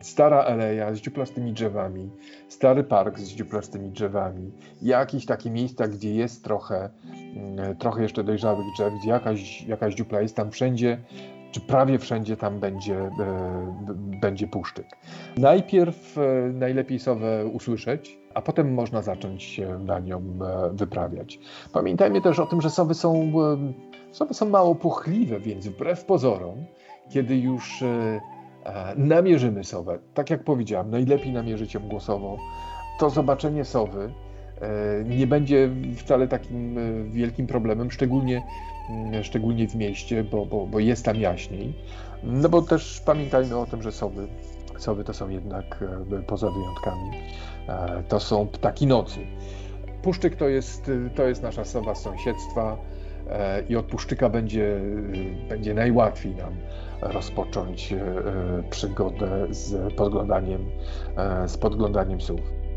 stara aleja z dziuplastymi drzewami, stary park z dziuplastymi drzewami, jakieś takie miejsca, gdzie jest trochę jeszcze dojrzałych drzew, gdzie jakaś dziupla jest, tam wszędzie, czy prawie wszędzie tam będzie puszczyk. Najpierw najlepiej sowę usłyszeć, a potem można zacząć się na nią wyprawiać. Pamiętajmy też o tym, że sowy są mało płochliwe, więc wbrew pozorom, kiedy już namierzymy sowę, tak jak powiedziałem, najlepiej namierzyć ją głosowo, to zobaczenie sowy nie będzie wcale takim wielkim problemem, szczególnie w mieście, bo jest tam jaśniej. No bo też pamiętajmy o tym, że sowy to są jednak, poza wyjątkami, to są ptaki nocy. Puszczyk to jest nasza sowa z sąsiedztwa i od puszczyka będzie najłatwiej nam rozpocząć przygodę z podglądaniem sów.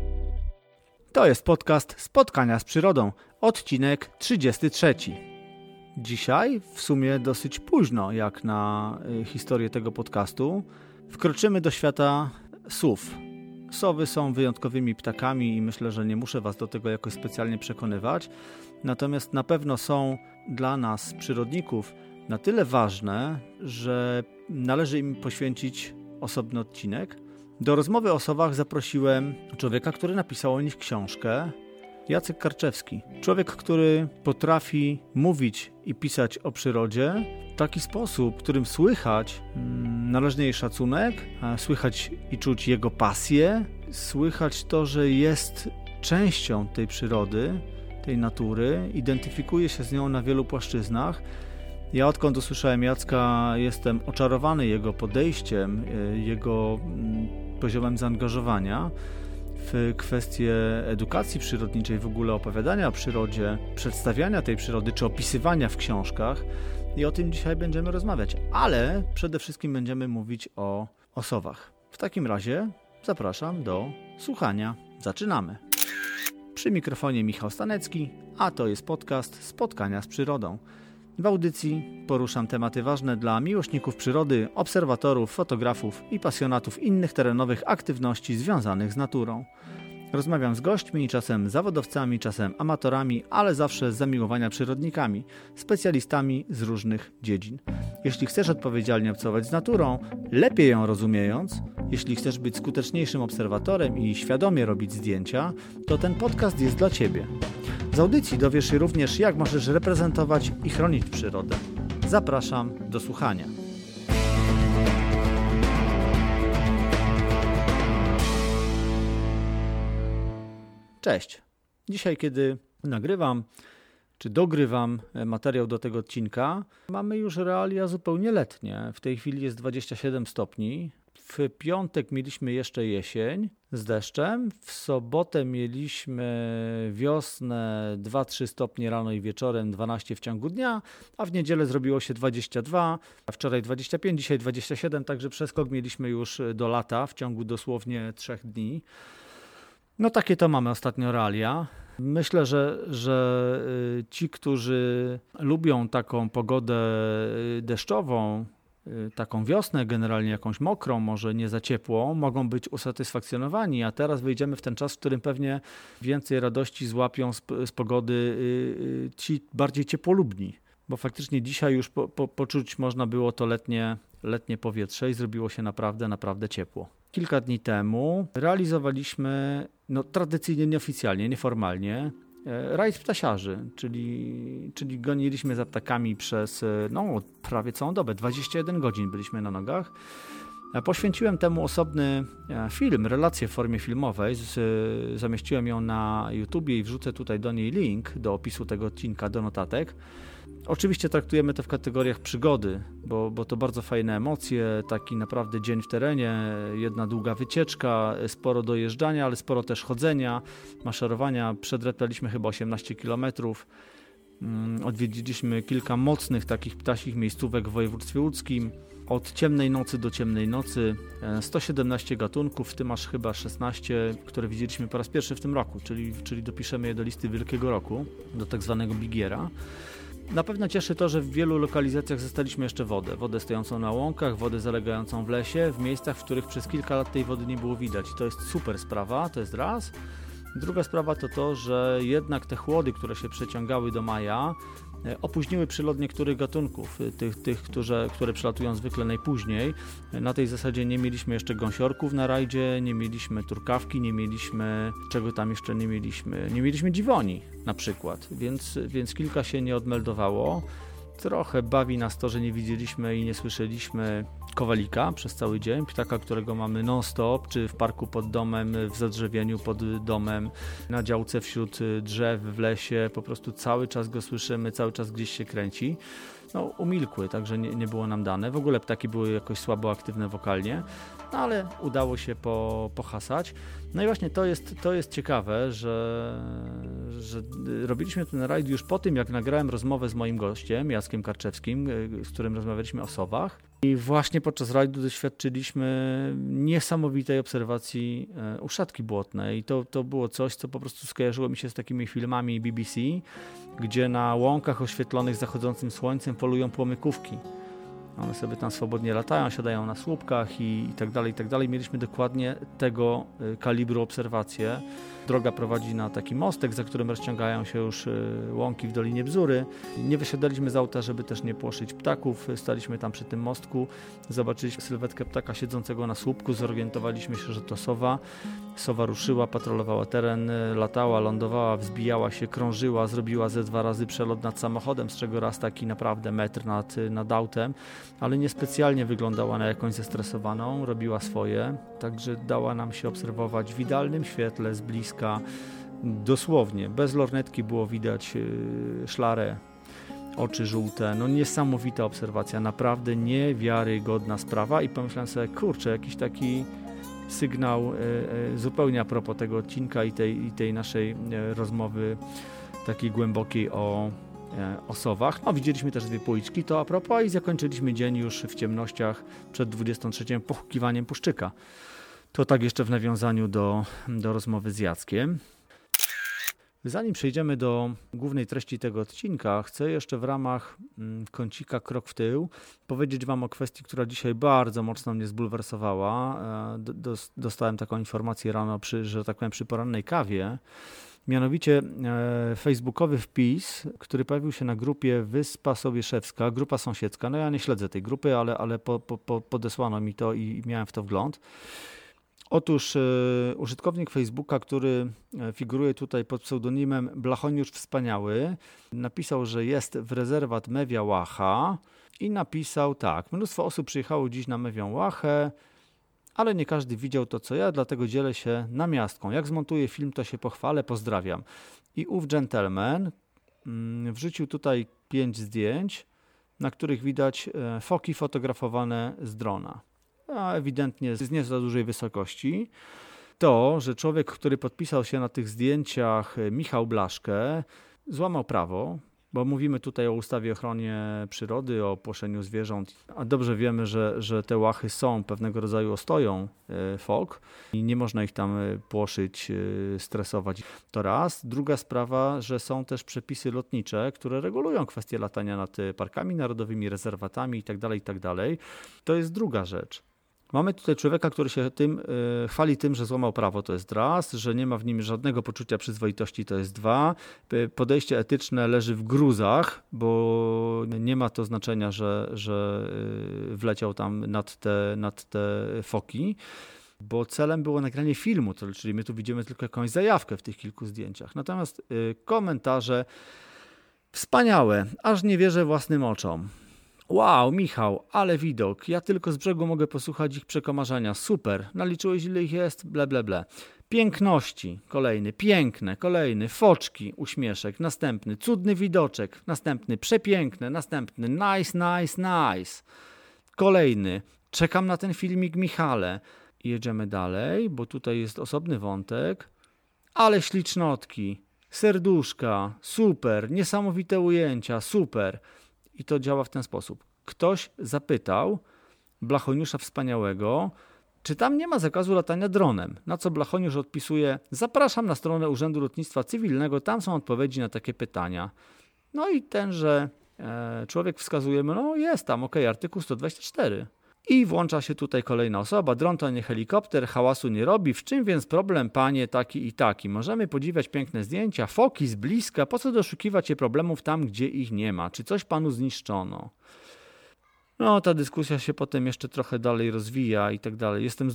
To jest podcast Spotkania z Przyrodą, odcinek 33. Dzisiaj, w sumie dosyć późno jak na historię tego podcastu, wkroczymy do świata sów. Sowy są wyjątkowymi ptakami i myślę, że nie muszę Was do tego jakoś specjalnie przekonywać. Natomiast na pewno są dla nas, przyrodników, na tyle ważne, że należy im poświęcić osobny odcinek. Do rozmowy o sowach zaprosiłem człowieka, który napisał o nich książkę, Jacek Karczewski. Człowiek, który potrafi mówić i pisać o przyrodzie w taki sposób, którym słychać należny jej szacunek, słychać i czuć jego pasję, słychać to, że jest częścią tej przyrody, tej natury, identyfikuje się z nią na wielu płaszczyznach. Ja odkąd usłyszałem Jacka, jestem oczarowany jego podejściem, jego poziomem zaangażowania w kwestie edukacji przyrodniczej, w ogóle opowiadania o przyrodzie, przedstawiania tej przyrody, czy opisywania w książkach. I o tym dzisiaj będziemy rozmawiać, ale przede wszystkim będziemy mówić o sowach. W takim razie zapraszam do słuchania. Zaczynamy. Przy mikrofonie Michał Stanecki, a to jest podcast Spotkania z Przyrodą. W audycji poruszam tematy ważne dla miłośników przyrody, obserwatorów, fotografów i pasjonatów innych terenowych aktywności związanych z naturą. Rozmawiam z gośćmi, czasem zawodowcami, czasem amatorami, ale zawsze z zamiłowania przyrodnikami, specjalistami z różnych dziedzin. Jeśli chcesz odpowiedzialnie obcować z naturą, lepiej ją rozumiejąc, jeśli chcesz być skuteczniejszym obserwatorem i świadomie robić zdjęcia, to ten podcast jest dla Ciebie. Z audycji dowiesz się również, jak możesz reprezentować i chronić przyrodę. Zapraszam do słuchania. Cześć. Dzisiaj, kiedy nagrywam czy dogrywam materiał do tego odcinka, mamy już realia zupełnie letnie. W tej chwili jest 27 stopni. W piątek mieliśmy jeszcze jesień z deszczem. W sobotę mieliśmy wiosnę 2-3 stopnie rano i wieczorem, 12 w ciągu dnia, a w niedzielę zrobiło się 22, a wczoraj 25, dzisiaj 27, także przeskok mieliśmy już do lata w ciągu dosłownie 3 dni. No takie to mamy ostatnio realia. Myślę, że ci, którzy lubią taką pogodę deszczową, taką wiosnę, generalnie jakąś mokrą, może nie za ciepłą, mogą być usatysfakcjonowani, a teraz wejdziemy w ten czas, w którym pewnie więcej radości złapią z pogody ci bardziej ciepłolubni, bo faktycznie dzisiaj już poczuć można było to letnie powietrze i zrobiło się naprawdę ciepło. Kilka dni temu realizowaliśmy, tradycyjnie, nieoficjalnie, nieformalnie, rajd ptasiarzy, czyli goniliśmy za ptakami przez prawie całą dobę, 21 godzin byliśmy na nogach. Poświęciłem temu osobny film, relację w formie filmowej, zamieściłem ją na YouTubie i wrzucę tutaj do niej link do opisu tego odcinka, do notatek. Oczywiście traktujemy to w kategoriach przygody, bo to bardzo fajne emocje, taki naprawdę dzień w terenie, jedna długa wycieczka, sporo dojeżdżania, ale sporo też chodzenia, maszerowania. Przedreptaliśmy chyba 18 km. Odwiedziliśmy kilka mocnych takich ptasich miejscówek w województwie łódzkim. Od ciemnej nocy do ciemnej nocy 117 gatunków, w tym aż chyba 16, które widzieliśmy po raz pierwszy w tym roku, czyli dopiszemy je do listy Wielkiego Roku, do tak zwanego Bigiera. Na pewno cieszy to, że w wielu lokalizacjach zastaliśmy jeszcze wodę. Wodę stojącą na łąkach, wodę zalegającą w lesie, w miejscach, w których przez kilka lat tej wody nie było widać. To jest super sprawa, to jest raz. Druga sprawa to to, że jednak te chłody, które się przeciągały do maja, opóźniły przylot niektórych gatunków, tych, które przylatują zwykle najpóźniej. Na tej zasadzie nie mieliśmy jeszcze gąsiorków na rajdzie, nie mieliśmy turkawki, nie mieliśmy, czego tam jeszcze nie mieliśmy dziwoni na przykład, więc kilka się nie odmeldowało. Trochę bawi nas to, że nie widzieliśmy i nie słyszeliśmy kowalika przez cały dzień, ptaka, którego mamy non-stop, czy w parku pod domem, w zadrzewieniu pod domem, na działce wśród drzew, w lesie, po prostu cały czas go słyszymy, cały czas gdzieś się kręci. No, umilkły, także nie było nam dane. W ogóle ptaki były jakoś słabo aktywne wokalnie, no, ale udało się pohasać. No i właśnie to jest ciekawe, że robiliśmy ten rajd już po tym, jak nagrałem rozmowę z moim gościem, Jackiem Karczewskim, z którym rozmawialiśmy o sowach. I właśnie podczas rajdu doświadczyliśmy niesamowitej obserwacji uszatki błotnej. I to było coś, co po prostu skojarzyło mi się z takimi filmami BBC, gdzie na łąkach oświetlonych zachodzącym słońcem polują płomykówki. One sobie tam swobodnie latają, siadają na słupkach i tak dalej, i tak dalej. Mieliśmy dokładnie tego kalibru obserwacje. Droga prowadzi na taki mostek, za którym rozciągają się już łąki w Dolinie Bzury. Nie wysiadaliśmy z auta, żeby też nie płoszyć ptaków. Staliśmy tam przy tym mostku, zobaczyliśmy sylwetkę ptaka siedzącego na słupku, zorientowaliśmy się, że to sowa. Sowa ruszyła, patrolowała teren, latała, lądowała, wzbijała się, krążyła, zrobiła ze 2 razy przelot nad samochodem, z czego raz taki naprawdę metr nad autem, ale niespecjalnie wyglądała na jakąś zestresowaną, robiła swoje, także dała nam się obserwować w idealnym świetle, z bliska, dosłownie, bez lornetki było widać szlarę, oczy żółte, no niesamowita obserwacja, naprawdę niewiarygodna sprawa i pomyślałem sobie, kurczę, jakiś taki sygnał zupełnie a propos tego odcinka i tej naszej rozmowy takiej głębokiej o sowach. No, widzieliśmy też 2 policzki, to a propos, i zakończyliśmy dzień już w ciemnościach przed 23 pochukiwaniem puszczyka. To tak jeszcze w nawiązaniu do rozmowy z Jackiem. Zanim przejdziemy do głównej treści tego odcinka, chcę jeszcze w ramach kącika Krok w tył powiedzieć Wam o kwestii, która dzisiaj bardzo mocno mnie zbulwersowała. Dostałem taką informację rano przy porannej kawie. Mianowicie facebookowy wpis, który pojawił się na grupie Wyspa Sobieszewska, grupa sąsiedzka. No ja nie śledzę tej grupy, ale podesłano mi to i miałem w to wgląd. Otóż użytkownik Facebooka, który figuruje tutaj pod pseudonimem Blachoniusz Wspaniały, napisał, że jest w rezerwat Mewia Łacha i napisał tak: mnóstwo osób przyjechało dziś na Mewią Łachę, ale nie każdy widział to co ja, dlatego dzielę się namiastką. Jak zmontuję film, to się pochwalę, pozdrawiam. I ów gentleman wrzucił tutaj 5 zdjęć, na których widać foki fotografowane z drona. A ewidentnie z nie za dużej wysokości. To, że człowiek, który podpisał się na tych zdjęciach, Michał Blaszkę, złamał prawo, bo mówimy tutaj o ustawie o ochronie przyrody, o płoszeniu zwierząt, a dobrze wiemy, że te łachy są pewnego rodzaju ostoją fok i nie można ich tam płoszyć, stresować. To raz. Druga sprawa, że są też przepisy lotnicze, które regulują kwestie latania nad parkami narodowymi, rezerwatami itd., itd. To jest druga rzecz. Mamy tutaj człowieka, który się chwali tym, że złamał prawo, to jest raz, że nie ma w nim żadnego poczucia przyzwoitości, to jest 2. Podejście etyczne leży w gruzach, bo nie ma to znaczenia, że wleciał tam nad te foki, bo celem było nagranie filmu, czyli my tu widzimy tylko jakąś zajawkę w tych kilku zdjęciach. Natomiast komentarze wspaniałe, aż nie wierzę własnym oczom. Wow, Michał, ale widok. Ja tylko z brzegu mogę posłuchać ich przekomarzania. Super. Naliczyłeś, ile ich jest? Ble, ble, ble. Piękności. Kolejny. Piękne. Kolejny. Foczki. Uśmieszek. Następny. Cudny widoczek. Następny. Przepiękny. Następny. Nice, nice, nice. Kolejny. Czekam na ten filmik, Michale. I jedziemy dalej, bo tutaj jest osobny wątek. Ale ślicznotki. Serduszka. Super. Niesamowite ujęcia. Super. I to działa w ten sposób. Ktoś zapytał Blachoniusza Wspaniałego, czy tam nie ma zakazu latania dronem. Na co Blachoniusz odpisuje: zapraszam na stronę Urzędu Lotnictwa Cywilnego, tam są odpowiedzi na takie pytania. No i tenże człowiek wskazuje, no jest tam, artykuł 124. I włącza się tutaj kolejna osoba. Dron to nie helikopter, hałasu nie robi. W czym więc problem, panie, taki i taki? Możemy podziwiać piękne zdjęcia, foki z bliska. Po co doszukiwać się problemów tam, gdzie ich nie ma? Czy coś panu zniszczono? No, ta dyskusja się potem jeszcze trochę dalej rozwija i tak dalej. Jestem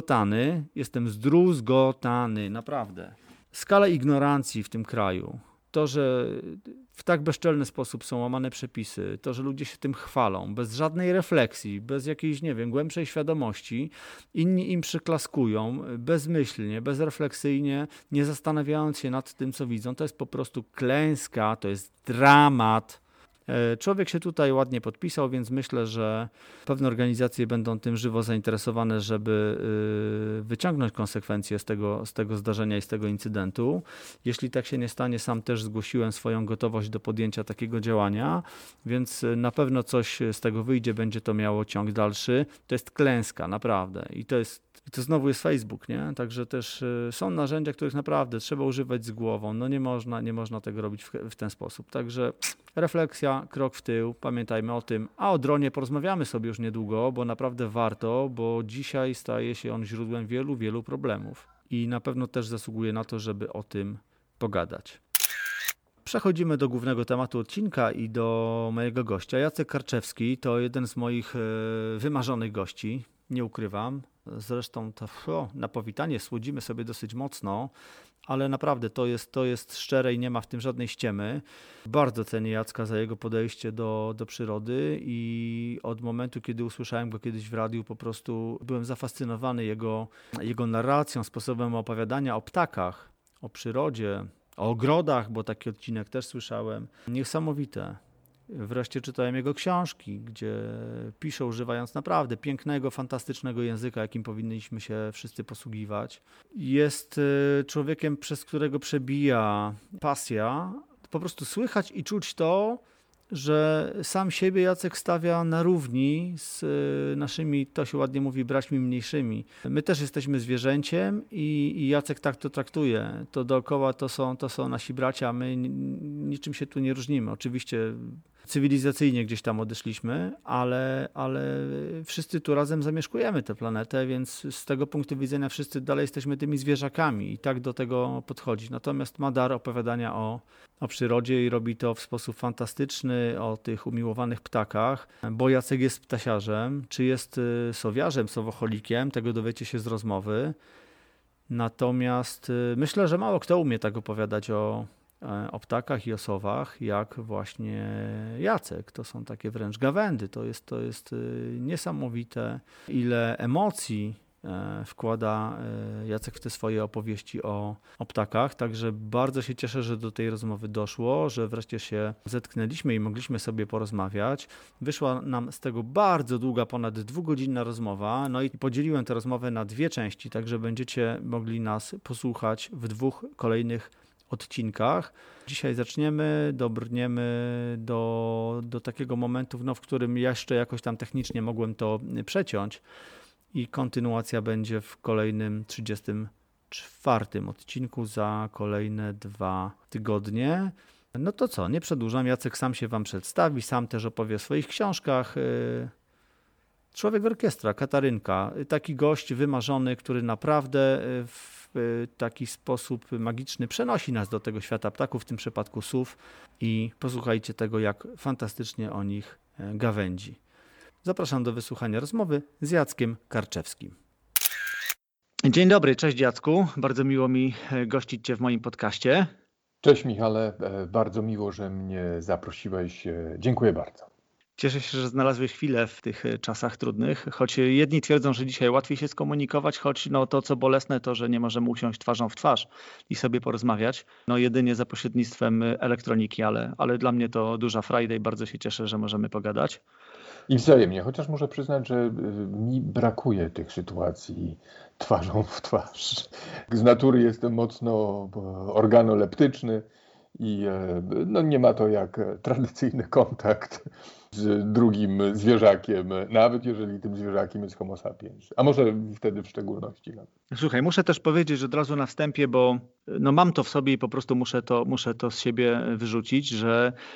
zdruzgotany, naprawdę. Skala ignorancji w tym kraju. To, że w tak bezczelny sposób są łamane przepisy, to, że ludzie się tym chwalą, bez żadnej refleksji, bez jakiejś, głębszej świadomości, inni im przyklaskują, bezmyślnie, bezrefleksyjnie, nie zastanawiając się nad tym, co widzą, to jest po prostu klęska, to jest dramat. Człowiek się tutaj ładnie podpisał, więc myślę, że pewne organizacje będą tym żywo zainteresowane, żeby wyciągnąć konsekwencje z tego zdarzenia i z tego incydentu. Jeśli tak się nie stanie, sam też zgłosiłem swoją gotowość do podjęcia takiego działania, więc na pewno coś z tego wyjdzie, będzie to miało ciąg dalszy. To jest klęska, naprawdę. I to znowu jest Facebook, nie? Także też są narzędzia, których naprawdę trzeba używać z głową. No nie można tego robić w ten sposób. Także refleksja, krok w tył, pamiętajmy o tym. A o dronie porozmawiamy sobie już niedługo, bo naprawdę warto, bo dzisiaj staje się on źródłem wielu, wielu problemów. I na pewno też zasługuje na to, żeby o tym pogadać. Przechodzimy do głównego tematu odcinka i do mojego gościa. Jacek Karczewski to jeden z moich wymarzonych gości, nie ukrywam. Zresztą na powitanie słodzimy sobie dosyć mocno, ale naprawdę to jest szczere i nie ma w tym żadnej ściemy. Bardzo cenię Jacka za jego podejście do przyrody i od momentu, kiedy usłyszałem go kiedyś w radiu, po prostu byłem zafascynowany jego narracją, sposobem opowiadania o ptakach, o przyrodzie, o ogrodach, bo taki odcinek też słyszałem. Niesamowite. Wreszcie czytałem jego książki, gdzie pisze używając naprawdę pięknego, fantastycznego języka, jakim powinniśmy się wszyscy posługiwać. Jest człowiekiem, przez którego przebija pasja. Po prostu słychać i czuć to, że sam siebie Jacek stawia na równi z naszymi, to się ładnie mówi, braćmi mniejszymi. My też jesteśmy zwierzęciem i Jacek tak to traktuje. To dookoła to są nasi bracia, my niczym się tu nie różnimy. Oczywiście cywilizacyjnie gdzieś tam odeszliśmy, ale wszyscy tu razem zamieszkujemy tę planetę, więc z tego punktu widzenia wszyscy dalej jesteśmy tymi zwierzakami i tak do tego podchodzi. Natomiast ma dar opowiadania o przyrodzie i robi to w sposób fantastyczny, o tych umiłowanych ptakach, bo Jacek jest ptasiarzem, czy jest sowiarzem, sowocholikiem, tego dowiecie się z rozmowy. Natomiast myślę, że mało kto umie tak opowiadać o ptakach i o sowach, jak właśnie Jacek. To są takie wręcz gawędy. To jest niesamowite, ile emocji wkłada Jacek w te swoje opowieści o ptakach. Także bardzo się cieszę, że do tej rozmowy doszło, że wreszcie się zetknęliśmy i mogliśmy sobie porozmawiać. Wyszła nam z tego bardzo długa, ponad 2-godzinna rozmowa. No i podzieliłem tę rozmowę na 2 części, także będziecie mogli nas posłuchać w 2 kolejnych odcinkach. Dzisiaj dobrniemy do takiego momentu, w którym jeszcze jakoś tam technicznie mogłem to przeciąć i kontynuacja będzie w kolejnym 34 odcinku za kolejne 2 tygodnie. No to co, nie przedłużam, Jacek sam się wam przedstawi, sam też opowie o swoich książkach. Człowiek orkiestra, Katarynka, taki gość wymarzony, który naprawdę w taki sposób magiczny przenosi nas do tego świata ptaków, w tym przypadku sów, i posłuchajcie tego, jak fantastycznie o nich gawędzi. Zapraszam do wysłuchania rozmowy z Jackiem Karczewskim. Dzień dobry, cześć Jacku, bardzo miło mi gościć Cię w moim podcaście. Cześć Michale, bardzo miło, że mnie zaprosiłeś, dziękuję bardzo. Cieszę się, że znalazłeś chwilę w tych czasach trudnych, choć jedni twierdzą, że dzisiaj łatwiej się skomunikować, choć to co bolesne to, że nie możemy usiąść twarzą w twarz i sobie porozmawiać, jedynie za pośrednictwem elektroniki, ale dla mnie to duża frajda i bardzo się cieszę, że możemy pogadać. I wzajemnie, chociaż muszę przyznać, że mi brakuje tych sytuacji twarzą w twarz. Z natury jestem mocno organoleptyczny i nie ma to jak tradycyjny kontakt z drugim zwierzakiem, nawet jeżeli tym zwierzakiem jest Homo sapiens, a może wtedy w szczególności. Słuchaj, muszę też powiedzieć, że od razu na wstępie, bo mam to w sobie i po prostu muszę to z siebie wyrzucić, że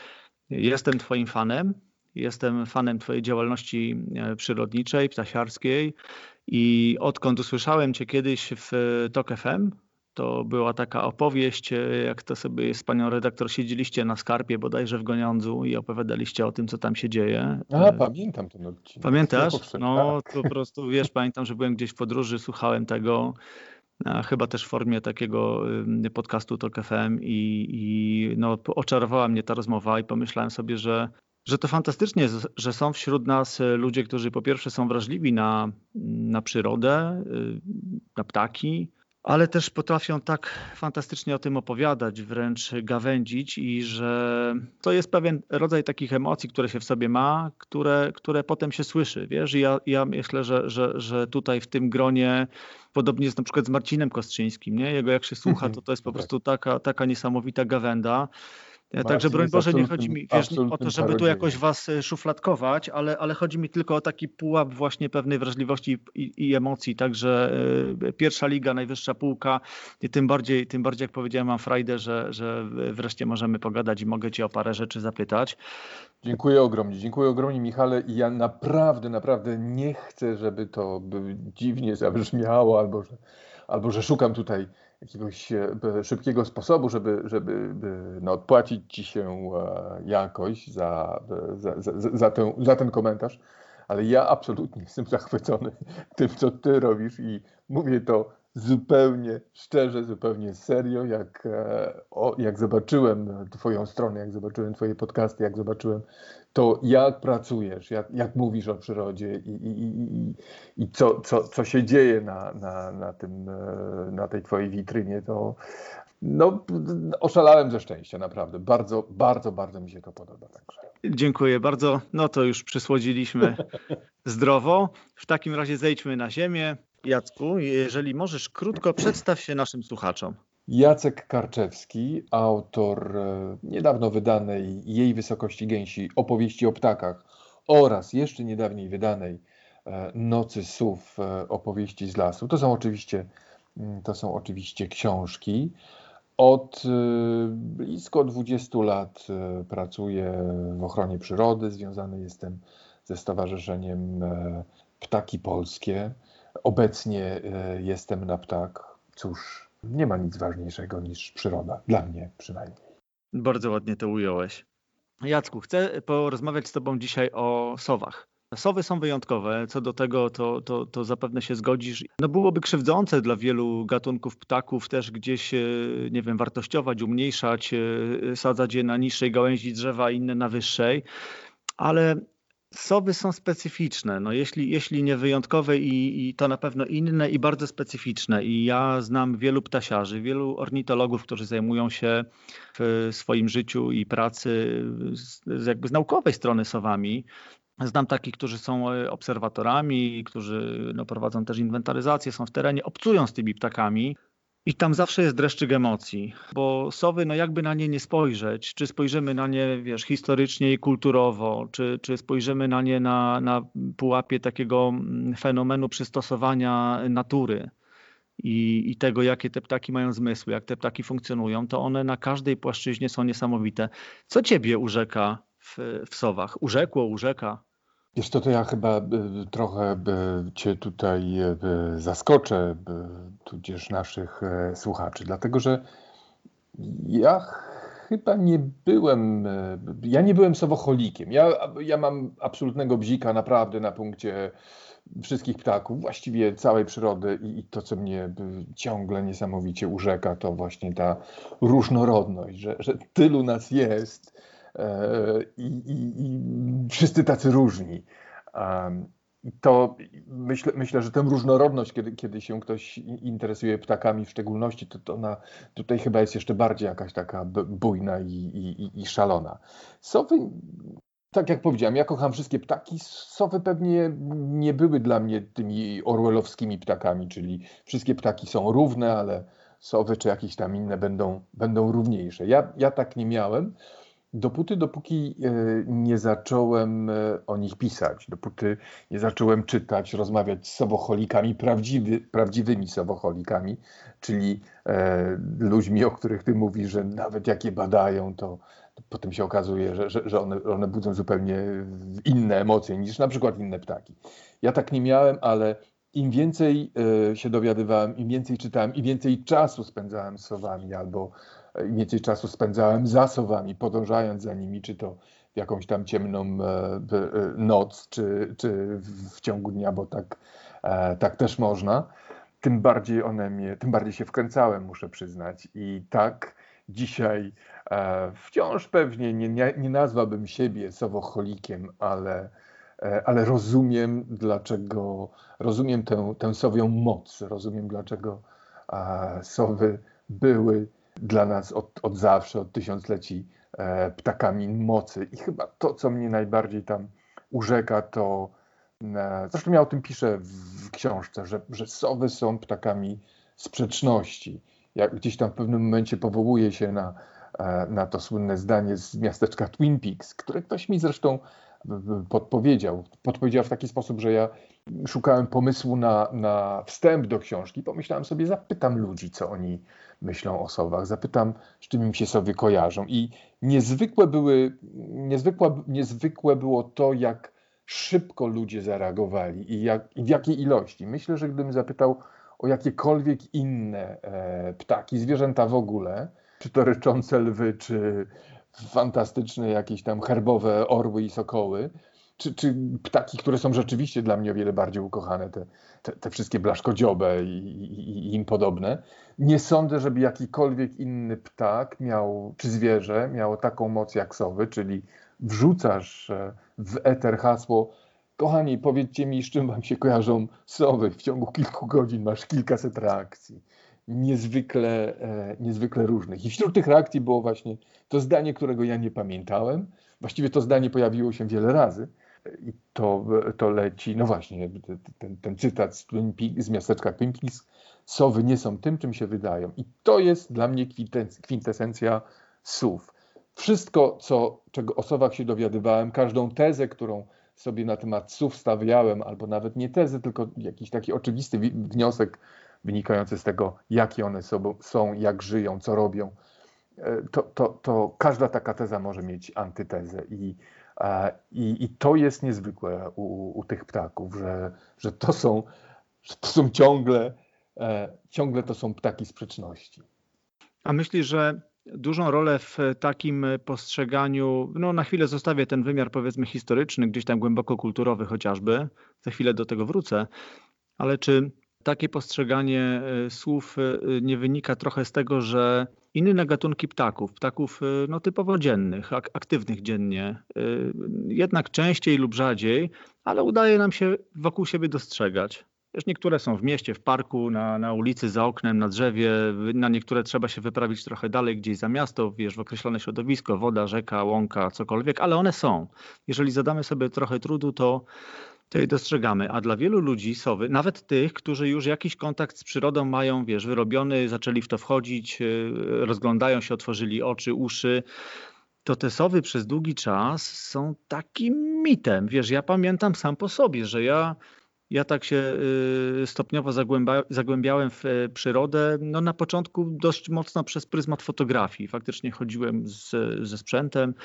Jestem twoim fanem. Jestem fanem twojej działalności przyrodniczej, ptasiarskiej i odkąd usłyszałem cię kiedyś w TOK FM, to była taka opowieść, jak to sobie z panią redaktor siedzieliście na skarpie bodajże w Goniądzu i opowiadaliście o tym, co tam się dzieje. Pamiętam ten odcinek. Pamiętasz? Proszę, No tak. to po prostu, wiesz, pamiętam, że byłem gdzieś w podróży, słuchałem tego, chyba też w formie takiego podcastu TOK FM i no, oczarowała mnie ta rozmowa i pomyślałem sobie, że to fantastycznie, że są wśród nas ludzie, którzy po pierwsze są wrażliwi na przyrodę, na ptaki, ale też potrafią tak fantastycznie o tym opowiadać, wręcz gawędzić i że to jest pewien rodzaj takich emocji, które się w sobie ma, które potem się słyszy. Wiesz, i ja myślę, że tutaj w tym gronie podobnie jest na przykład z Marcinem Kostrzyńskim, nie? Jego jak się słucha, to jest po prostu taka niesamowita gawęda. Także broń Boże, nie chodzi mi, wiesz, o to, żeby tu jakoś was szufladkować, ale chodzi mi tylko o taki pułap właśnie pewnej wrażliwości i emocji. Także pierwsza liga, najwyższa półka i tym bardziej jak powiedziałem, mam frajdę, że wreszcie możemy pogadać i mogę cię o parę rzeczy zapytać. Dziękuję ogromnie Michale i ja naprawdę nie chcę, żeby to dziwnie zabrzmiało albo że szukam tutaj jakiegoś szybkiego sposobu, żeby odpłacić ci się jakoś za ten komentarz, ale ja absolutnie jestem zachwycony tym, co ty robisz i mówię to zupełnie szczerze, zupełnie serio, jak zobaczyłem twoją stronę, jak zobaczyłem twoje podcasty, jak zobaczyłem to, jak pracujesz, jak mówisz o przyrodzie i co się dzieje na tej twojej witrynie, to oszalałem ze szczęścia, naprawdę. Bardzo, bardzo, bardzo mi się to podoba. Także. Dziękuję bardzo. No to już przysłodziliśmy zdrowo. W takim razie zejdźmy na ziemię. Jacku, jeżeli możesz, krótko przedstaw się naszym słuchaczom. Jacek Karczewski, autor niedawno wydanej Jej Wysokości Gęsi opowieści o ptakach oraz jeszcze niedawniej wydanej Nocy Sów opowieści z lasu. To są oczywiście książki. Od blisko 20 lat pracuję w ochronie przyrody. Związany jestem ze Stowarzyszeniem Ptaki Polskie. Obecnie jestem na ptak. Cóż, nie ma nic ważniejszego niż przyroda. Dla mnie przynajmniej. Bardzo ładnie to ująłeś. Jacku, chcę porozmawiać z tobą dzisiaj o sowach. Sowy są wyjątkowe, co do tego to zapewne się zgodzisz. No byłoby krzywdzące dla wielu gatunków ptaków też gdzieś, nie wiem, wartościować, umniejszać, sadzać je na niższej gałęzi drzewa, inne na wyższej, ale sowy są specyficzne, no jeśli nie wyjątkowe i to na pewno inne i bardzo specyficzne. I ja znam wielu ptasiarzy, wielu ornitologów, którzy zajmują się w swoim życiu i pracy jakby z naukowej strony sowami. Znam takich, którzy są obserwatorami, którzy prowadzą też inwentaryzację, są w terenie, obcują z tymi ptakami. I tam zawsze jest dreszczyk emocji, bo sowy, jakby na nie nie spojrzeć, czy spojrzymy na nie, wiesz, historycznie i kulturowo, czy spojrzymy na nie na pułapie takiego fenomenu przystosowania natury i tego, jakie te ptaki mają zmysły, jak te ptaki funkcjonują, to one na każdej płaszczyźnie są niesamowite. Co ciebie urzeka w sowach? Urzeka? Wiesz co, to ja chyba trochę cię tutaj zaskoczę, tudzież naszych słuchaczy, dlatego że ja chyba nie byłem sowocholikiem. Ja mam absolutnego bzika naprawdę na punkcie wszystkich ptaków, właściwie całej przyrody i to, co mnie ciągle niesamowicie urzeka, to właśnie ta różnorodność, że tylu nas jest i wszyscy tacy różni. I to myślę, że tę różnorodność, kiedy się ktoś interesuje ptakami w szczególności, to ona tutaj chyba jest jeszcze bardziej jakaś taka bujna i szalona. Sowy, tak jak powiedziałem, ja kocham wszystkie ptaki. Sowy pewnie nie były dla mnie tymi orwellowskimi ptakami, czyli wszystkie ptaki są równe, ale sowy czy jakieś tam inne będą równiejsze. Ja tak nie miałem. Dopóki nie zacząłem o nich pisać, dopóty nie zacząłem czytać, rozmawiać z sowocholikami, prawdziwymi sowocholikami, czyli ludźmi, o których ty mówisz, że nawet jak je badają, potem się okazuje, że one budzą zupełnie inne emocje niż na przykład inne ptaki. Ja tak nie miałem, ale im więcej się dowiadywałem, im więcej czytałem, im więcej czasu spędzałem z sowami, albo im więcej czasu spędzałem za sowami, podążając za nimi, czy to w jakąś tam ciemną noc, czy w ciągu dnia, bo tak też można, tym bardziej się wkręcałem, muszę przyznać. I tak dzisiaj wciąż pewnie nie nazwałbym siebie sowocholikiem, ale rozumiem tę sowią moc, rozumiem dlaczego sowy były dla nas od zawsze, od tysiącleci ptakami mocy. I chyba to, co mnie najbardziej tam urzeka, to zresztą ja o tym piszę w książce, że sowy są ptakami sprzeczności. Jak gdzieś tam w pewnym momencie powołuje się na to słynne zdanie z miasteczka Twin Peaks, które ktoś mi zresztą podpowiedział. Podpowiedział w taki sposób, że ja szukałem pomysłu na wstęp do książki. Pomyślałem sobie, zapytam ludzi, co oni myślą o sowach, zapytam, z czym im się sowy kojarzą. I niezwykłe było to, jak szybko ludzie zareagowali i w jakiej ilości. Myślę, że gdybym zapytał o jakiekolwiek inne ptaki, zwierzęta w ogóle, czy to ryczące lwy, czy fantastyczne jakieś tam herbowe orły i sokoły, czy ptaki, które są rzeczywiście dla mnie o wiele bardziej ukochane, te wszystkie blaszkodziobe i im podobne. Nie sądzę, żeby jakikolwiek inny ptak czy zwierzę miało taką moc jak sowy, czyli wrzucasz w eter hasło: kochani, powiedzcie mi, z czym wam się kojarzą sowy. W ciągu kilku godzin masz kilkaset reakcji. Niezwykle różnych. I wśród tych reakcji było właśnie to zdanie, którego ja nie pamiętałem. Właściwie to zdanie pojawiło się wiele razy. I to leci, no właśnie, ten cytat z miasteczka Twin Peaks: sowy nie są tym, czym się wydają. I to jest dla mnie kwintesencja sów. Wszystko, czego o sowach się dowiadywałem, każdą tezę, którą sobie na temat sów stawiałem, albo nawet nie tezę, tylko jakiś taki oczywisty wniosek wynikający z tego, jakie one są, jak żyją, co robią, to każda taka teza może mieć antytezę. I to jest niezwykłe u tych ptaków, że to są ciągle to są ptaki sprzeczności. A myślisz, że dużą rolę w takim postrzeganiu, no na chwilę zostawię ten wymiar powiedzmy historyczny, gdzieś tam głęboko kulturowy chociażby, za chwilę do tego wrócę, ale czy takie postrzeganie słów nie wynika trochę z tego, że inne gatunki ptaków no typowo dziennych, aktywnych dziennie, jednak częściej lub rzadziej, ale udaje nam się wokół siebie dostrzegać? Wiesz, niektóre są w mieście, w parku, na ulicy, za oknem, na drzewie, na niektóre trzeba się wyprawić trochę dalej, gdzieś za miasto, wiesz, w określone środowisko, woda, rzeka, łąka, cokolwiek, ale one są. Jeżeli zadamy sobie trochę trudu, to je dostrzegamy. A dla wielu ludzi sowy, nawet tych, którzy już jakiś kontakt z przyrodą mają, wiesz, wyrobiony, zaczęli w to wchodzić, rozglądają się, otworzyli oczy, uszy, to te sowy przez długi czas są takim mitem. Wiesz, ja pamiętam sam po sobie, że ja tak się stopniowo zagłębiałem w przyrodę, no na początku dość mocno przez pryzmat fotografii. Faktycznie chodziłem ze sprzętem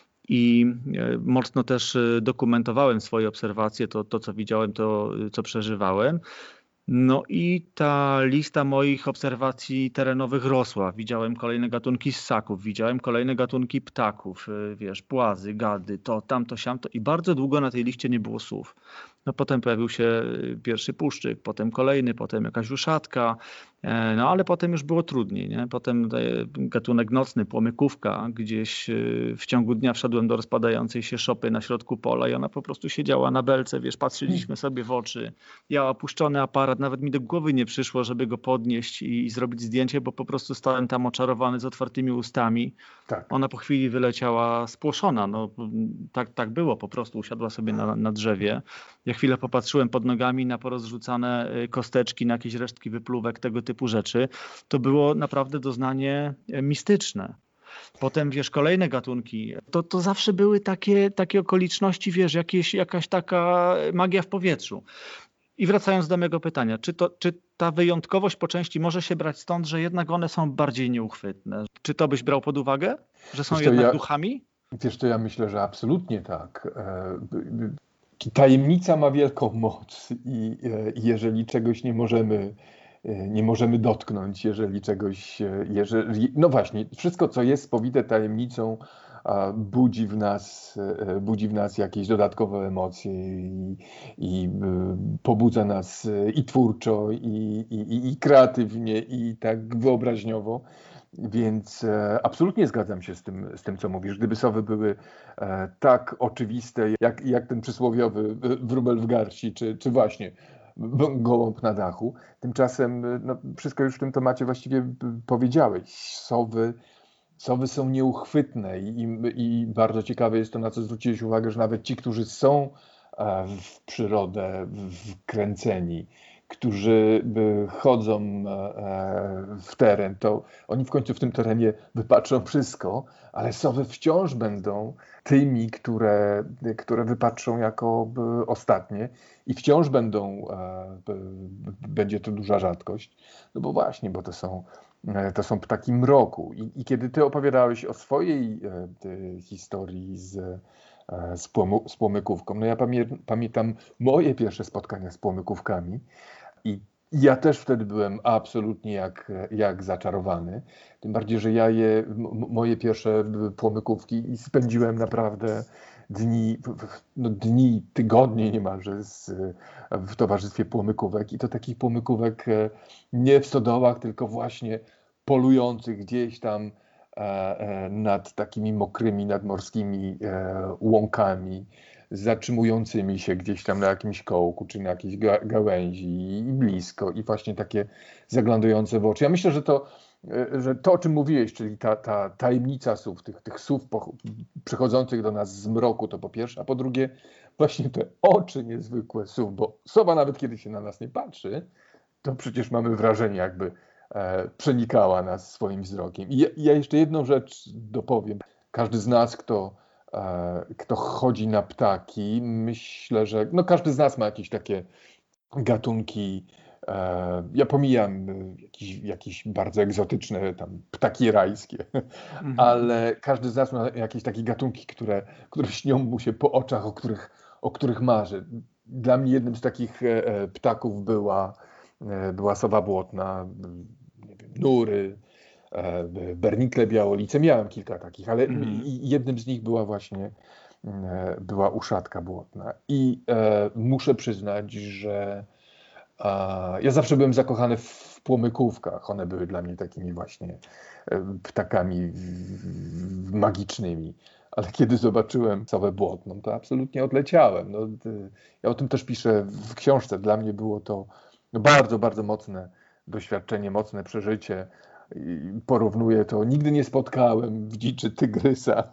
i mocno też dokumentowałem swoje obserwacje, to co widziałem, to co przeżywałem. No i ta lista moich obserwacji terenowych rosła. Widziałem kolejne gatunki ssaków, widziałem kolejne gatunki ptaków, wiesz, płazy, gady, to, tamto, siamto i bardzo długo na tej liście nie było słów. No potem pojawił się pierwszy puszczyk, potem kolejny, potem jakaś uszatka, no ale potem już było trudniej, nie? Potem gatunek nocny, płomykówka, gdzieś w ciągu dnia wszedłem do rozpadającej się szopy na środku pola i ona po prostu siedziała na belce, wiesz, patrzyliśmy sobie w oczy. Ja opuszczony aparat, nawet mi do głowy nie przyszło, żeby go podnieść i zrobić zdjęcie, bo po prostu stałem tam oczarowany z otwartymi ustami. Tak. Ona po chwili wyleciała spłoszona, no tak było, po prostu usiadła sobie na drzewie. Ja chwilę popatrzyłem pod nogami na porozrzucane kosteczki, na jakieś resztki wypluwek, tego typu rzeczy. To było naprawdę doznanie mistyczne. Potem, wiesz, kolejne gatunki, to zawsze były takie okoliczności, wiesz, jakaś taka magia w powietrzu. I wracając do mojego pytania, czy ta wyjątkowość po części może się brać stąd, że jednak one są bardziej nieuchwytne? Czy to byś brał pod uwagę, że są jednak duchami? Wiesz to ja myślę, że absolutnie tak. Tajemnica ma wielką moc i jeżeli czegoś nie możemy dotknąć, no właśnie, wszystko co jest spowite tajemnicą budzi w nas jakieś dodatkowe emocje i pobudza nas i twórczo, i kreatywnie, i tak wyobraźniowo. Więc absolutnie zgadzam się z tym, co mówisz. Gdyby sowy były tak oczywiste, jak ten przysłowiowy wróbel w garści, czy właśnie gołąb na dachu. Tymczasem no, wszystko już w tym temacie właściwie powiedziałeś. Sowy są nieuchwytne i bardzo ciekawe jest to, na co zwróciłeś uwagę, że nawet ci, którzy są w przyrodę wkręceni, którzy chodzą w teren, to oni w końcu w tym terenie wypatrzą wszystko, ale sowy wciąż będą tymi, które wypatrzą jako ostatnie i wciąż będzie to duża rzadkość, no bo właśnie, bo to są ptaki mroku. I kiedy ty opowiadałeś o swojej historii z płomykówką, no ja pamiętam moje pierwsze spotkania z płomykówkami i ja też wtedy byłem absolutnie jak zaczarowany. Tym bardziej, że moje pierwsze płomykówki i spędziłem naprawdę dni, tygodnie niemalże w towarzystwie płomykówek i to takich płomykówek nie w stodołach, tylko właśnie polujących gdzieś tam nad takimi mokrymi, nadmorskimi łąkami, zatrzymującymi się gdzieś tam na jakimś kołku, czy na jakiejś gałęzi i blisko i właśnie takie zaglądające w oczy. Ja myślę, że to o czym mówiłeś, czyli ta tajemnica sów, tych sów przychodzących do nas z mroku, to po pierwsze, a po drugie właśnie te oczy niezwykłe sów, bo sowa nawet kiedy się na nas nie patrzy, to przecież mamy wrażenie, jakby przenikała nas swoim wzrokiem. I ja jeszcze jedną rzecz dopowiem. Każdy z nas, kto chodzi na ptaki, myślę, że każdy z nas ma jakieś takie gatunki. Ja pomijam jakieś bardzo egzotyczne tam ptaki rajskie, ale każdy z nas ma jakieś takie gatunki, które śnią mu się po oczach, o których marzy. Dla mnie jednym z takich ptaków była sowa błotna, nie wiem, nury, bernikle białolice. Miałem kilka takich, ale jednym z nich była uszatka błotna. I muszę przyznać, że ja zawsze byłem zakochany w płomykówkach. One były dla mnie takimi właśnie ptakami magicznymi. Ale kiedy zobaczyłem sowę błotną, to absolutnie odleciałem. No, ja o tym też piszę w książce. Dla mnie było to bardzo, bardzo mocne doświadczenie, mocne przeżycie. Porównuję to, nigdy nie spotkałem w dziczy tygrysa,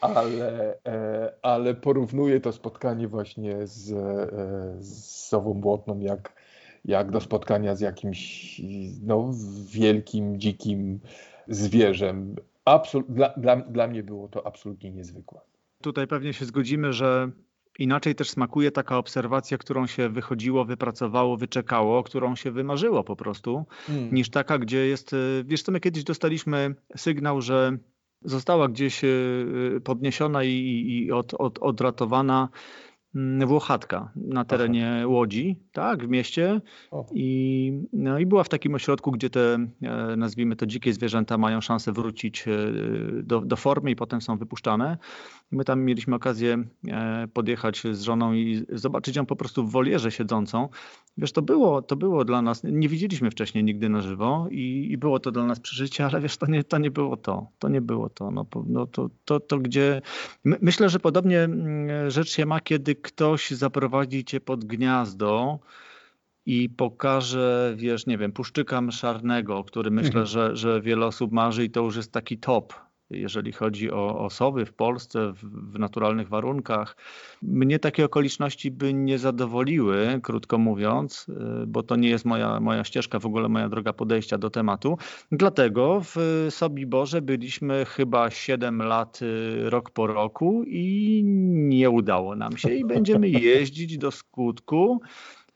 ale porównuję to spotkanie właśnie z sową błotną jak do spotkania z jakimś wielkim, dzikim zwierzem. Dla mnie było to absolutnie niezwykłe. Tutaj pewnie się zgodzimy, że inaczej też smakuje taka obserwacja, którą się wychodziło, wypracowało, wyczekało, którą się wymarzyło po prostu, niż taka, gdzie jest, wiesz co, my kiedyś dostaliśmy sygnał, że została gdzieś podniesiona i odratowana włochatka na terenie Łodzi, tak, w mieście. I była w takim ośrodku, gdzie te, nazwijmy to, dzikie zwierzęta mają szansę wrócić do formy i potem są wypuszczane. My tam mieliśmy okazję podjechać z żoną i zobaczyć ją po prostu w wolierze siedzącą. Wiesz, to było dla nas, nie widzieliśmy wcześniej nigdy na żywo i było to dla nas przeżycie, ale wiesz, to nie było to. To nie było to. To gdzie... Myślę, że podobnie rzecz się ma, kiedy ktoś zaprowadzi cię pod gniazdo i pokaże, wiesz, nie wiem, puszczyka mszarnego, który myślę, że wiele osób marzy i to już jest taki top, jeżeli chodzi o sowy w Polsce, w naturalnych warunkach. Mnie takie okoliczności by nie zadowoliły, krótko mówiąc, bo to nie jest moja ścieżka, w ogóle moja droga podejścia do tematu. Dlatego w Sobiborze byliśmy chyba 7 lat rok po roku i nie udało nam się i będziemy jeździć do skutku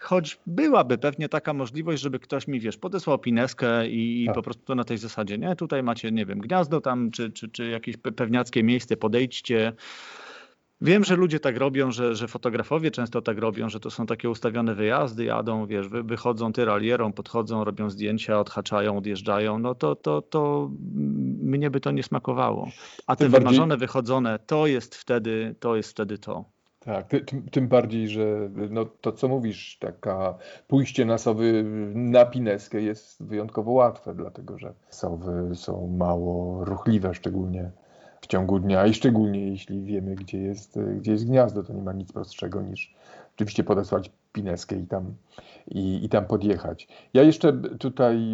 Choć byłaby pewnie taka możliwość, żeby ktoś mi, podesłał pineskę i Tak. po prostu na tej zasadzie, nie, tutaj macie, nie wiem, gniazdo tam, czy jakieś pewniackie miejsce, podejdźcie. Wiem, że ludzie tak robią, że fotografowie często tak robią, że to są takie ustawione wyjazdy, jadą, wychodzą tyralierą, podchodzą, robią zdjęcia, odhaczają, odjeżdżają, no to mnie by to nie smakowało. A te wymarzone, wychodzone, to jest wtedy to. Tak, tym bardziej, że to co mówisz, pójście na sowy na pineskę jest wyjątkowo łatwe, dlatego że sowy są mało ruchliwe, szczególnie w ciągu dnia i szczególnie jeśli wiemy, gdzie jest gniazdo, to nie ma nic prostszego niż oczywiście podesłać pineskę i tam podjechać. Ja jeszcze tutaj,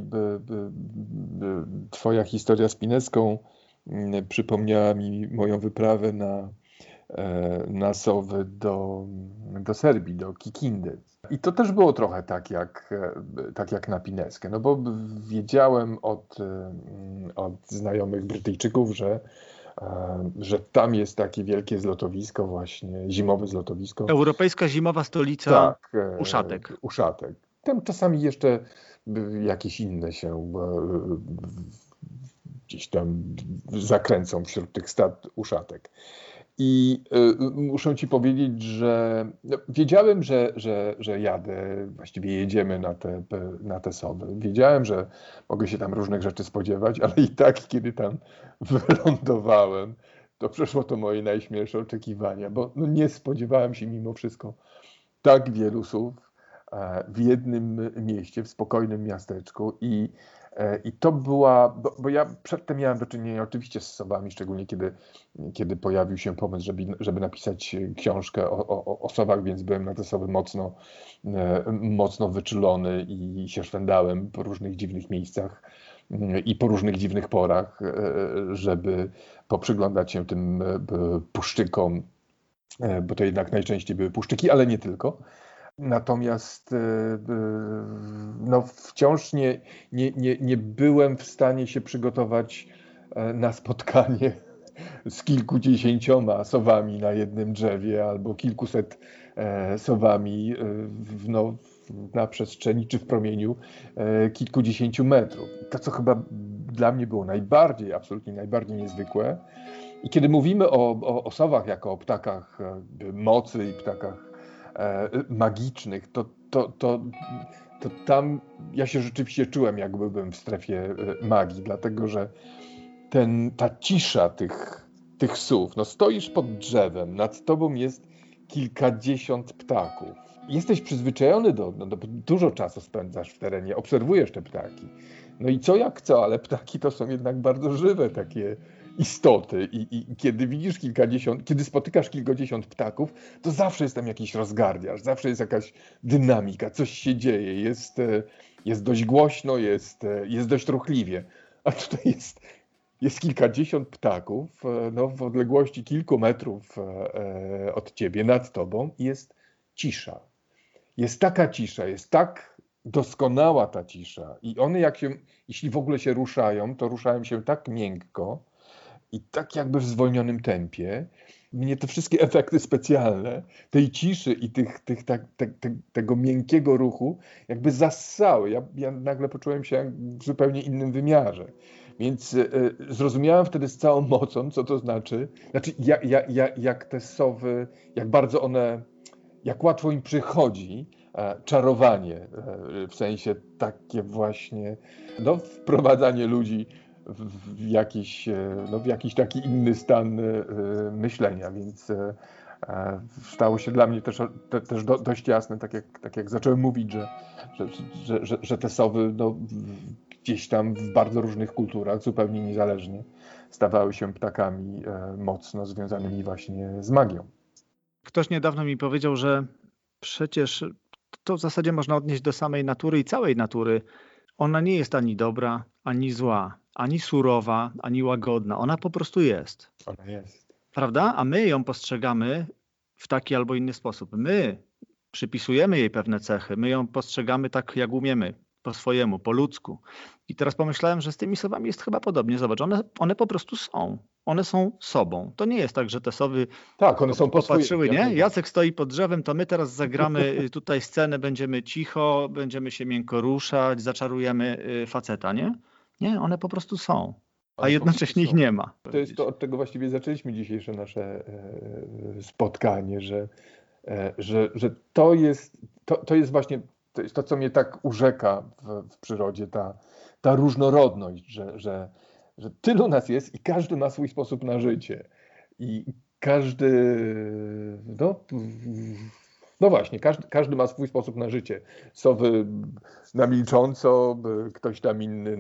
twoja historia z pineską przypomniała mi moją wyprawę na sowy do Serbii, do Kikindy. I to też było trochę tak jak na pineskę, no bo wiedziałem od znajomych Brytyjczyków, że tam jest takie wielkie zlotowisko właśnie, zimowe zlotowisko. Europejska zimowa stolica Uszatek. Uszatek. Tam czasami jeszcze jakieś inne się gdzieś tam zakręcą wśród tych stad Uszatek. I muszę ci powiedzieć, że wiedziałem, że jadę, właściwie jedziemy na te sowy. Wiedziałem, że mogę się tam różnych rzeczy spodziewać, ale i tak, kiedy tam wylądowałem, to przeszło to moje najśmielsze oczekiwania, bo nie spodziewałem się mimo wszystko tak wielu sów w jednym mieście, w spokojnym miasteczku i to była, bo ja przedtem miałem do czynienia oczywiście z sowami, szczególnie kiedy pojawił się pomysł, żeby napisać książkę o sowach, więc byłem na te sowy mocno wyczulony i się szwendałem po różnych dziwnych miejscach i po różnych dziwnych porach, żeby poprzyglądać się tym puszczykom, bo to jednak najczęściej były puszczyki, ale nie tylko. Natomiast wciąż nie byłem w stanie się przygotować na spotkanie z kilkudziesięcioma sowami na jednym drzewie albo kilkuset sowami na przestrzeni czy w promieniu kilkudziesięciu metrów. To, co chyba dla mnie było absolutnie najbardziej niezwykłe. I kiedy mówimy o sowach jako o ptakach mocy i ptakach magicznych, to tam ja się rzeczywiście czułem, jakby byłem w strefie magii, dlatego że ta cisza tych sów, stoisz pod drzewem, nad tobą jest kilkadziesiąt ptaków. Jesteś przyzwyczajony dużo czasu spędzasz w terenie, obserwujesz te ptaki. No i co jak co, ale ptaki to są jednak bardzo żywe takie istoty i kiedy widzisz kiedy spotykasz kilkadziesiąt ptaków, to zawsze jest tam jakiś rozgardiaż, zawsze jest jakaś dynamika, coś się dzieje, jest dość głośno, jest dość ruchliwie, a tutaj jest kilkadziesiąt ptaków w odległości kilku metrów od ciebie, nad tobą i jest cisza. Jest taka cisza, jest tak doskonała ta cisza i one jeśli w ogóle się ruszają, to ruszają się tak miękko i tak jakby w zwolnionym tempie. Mnie te wszystkie efekty specjalne tej ciszy i tego miękkiego ruchu jakby zassały. Ja nagle poczułem się w zupełnie innym wymiarze. Więc zrozumiałem wtedy z całą mocą, co to znaczy jak te sowy, jak bardzo one, jak łatwo im przychodzi czarowanie, w sensie takie właśnie wprowadzanie ludzi w jakiś taki inny stan myślenia, więc stało się dla mnie też dość jasne, tak jak zacząłem mówić, że te sowy gdzieś tam w bardzo różnych kulturach, zupełnie niezależnie, stawały się ptakami mocno związanymi właśnie z magią. Ktoś niedawno mi powiedział, że przecież to w zasadzie można odnieść do samej natury i całej natury. Ona nie jest ani dobra, ani zła, ani surowa, ani łagodna. Ona po prostu jest. Ona jest. Prawda? A my ją postrzegamy w taki albo inny sposób. My przypisujemy jej pewne cechy. My ją postrzegamy tak, jak umiemy po swojemu, po ludzku. I teraz pomyślałem, że z tymi sowami jest chyba podobnie. Zobacz, one po prostu są. One są sobą. To nie jest tak, że te sowy Tak, one są po popatrzyły, swojemu. nie? Jacek stoi pod drzewem, to my teraz zagramy tutaj scenę, będziemy cicho, będziemy się miękko ruszać, zaczarujemy faceta, nie? Nie, one po prostu są. A jednocześnie ich nie ma. To jest to, od czego właściwie zaczęliśmy dzisiejsze nasze spotkanie, że to jest właśnie to, co mnie tak urzeka w przyrodzie, ta różnorodność, że tylu nas jest i każdy ma swój sposób na życie. I każdy, no właśnie, każdy ma swój sposób na życie. Sowy na milcząco, ktoś tam inny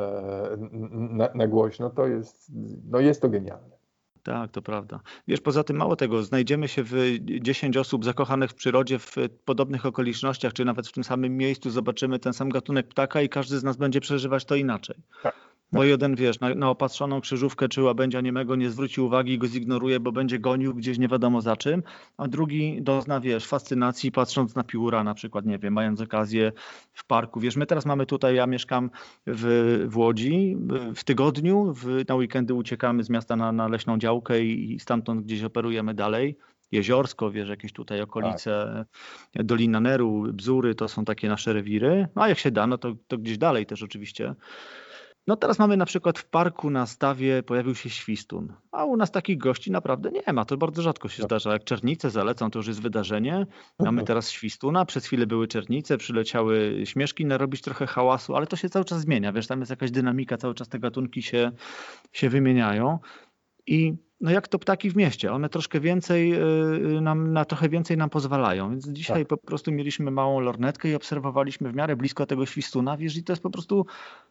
na głośno. Jest to genialne. Tak, to prawda. Wiesz, poza tym mało tego, znajdziemy się w 10 osób zakochanych w przyrodzie w podobnych okolicznościach, czy nawet w tym samym miejscu zobaczymy ten sam gatunek ptaka i każdy z nas będzie przeżywać to inaczej. Tak. Bo jeden, wiesz, na opatrzoną krzyżówkę czy łabędzia niemego nie zwróci uwagi i go zignoruje, bo będzie gonił gdzieś nie wiadomo za czym, a drugi dozna, wiesz, fascynacji patrząc na pióra na przykład, nie wiem, mając okazję w parku. Wiesz, my teraz mamy tutaj, ja mieszkam w Łodzi, w tygodniu, na weekendy uciekamy z miasta na leśną działkę i stamtąd gdzieś operujemy dalej. Jeziorsko, wiesz, jakieś tutaj okolice, Dolina Neru, Bzury, to są takie nasze rewiry. No a jak się da, no to gdzieś dalej też oczywiście. No teraz mamy na przykład w parku na stawie pojawił się świstun, a u nas takich gości naprawdę nie ma, to bardzo rzadko się zdarza. Jak czernice zalecą, to już jest wydarzenie. Mamy teraz świstuna, przez chwilę były czernice, przyleciały śmieszki narobić trochę hałasu, ale to się cały czas zmienia, wiesz, tam jest jakaś dynamika, cały czas te gatunki się wymieniają i no jak to ptaki w mieście, one troszkę więcej na trochę więcej nam pozwalają, więc dzisiaj po prostu mieliśmy małą lornetkę i obserwowaliśmy w miarę blisko tego świstuna, wiesz, i to jest po prostu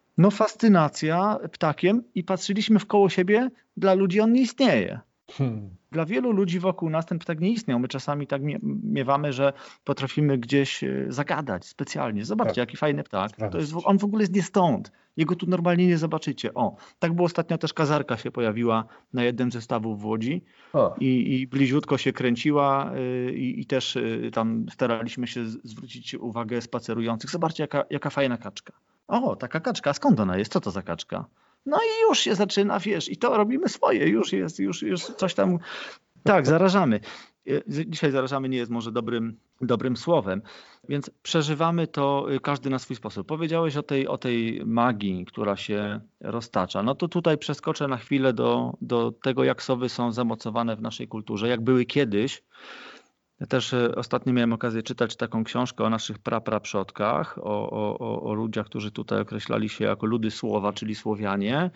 fascynacja ptakiem i patrzyliśmy wkoło siebie, dla ludzi on nie istnieje. Dla wielu ludzi wokół nas ten ptak nie istniał. My czasami tak miewamy, że potrafimy gdzieś zagadać specjalnie. Zobaczcie, jaki fajny ptak. On w ogóle jest nie stąd. Jego tu normalnie nie zobaczycie. Tak było ostatnio też kazarka się pojawiła na jednym ze stawów w Łodzi i bliziutko się kręciła i też tam staraliśmy się zwrócić uwagę spacerujących. Zobaczcie, jaka fajna kaczka. Taka kaczka. Skąd ona jest? Co to za kaczka? No i już się zaczyna, wiesz, i to robimy swoje, już coś tam, tak, zarażamy. Dzisiaj zarażamy nie jest może dobrym słowem, więc przeżywamy to każdy na swój sposób. Powiedziałeś o tej magii, która się roztacza. No to tutaj przeskoczę na chwilę do tego, jak sowy są zamocowane w naszej kulturze, jak były kiedyś. Ja też ostatnio miałem okazję czytać taką książkę o naszych praprzodkach, o ludziach, którzy tutaj określali się jako ludy słowa, czyli Słowianie.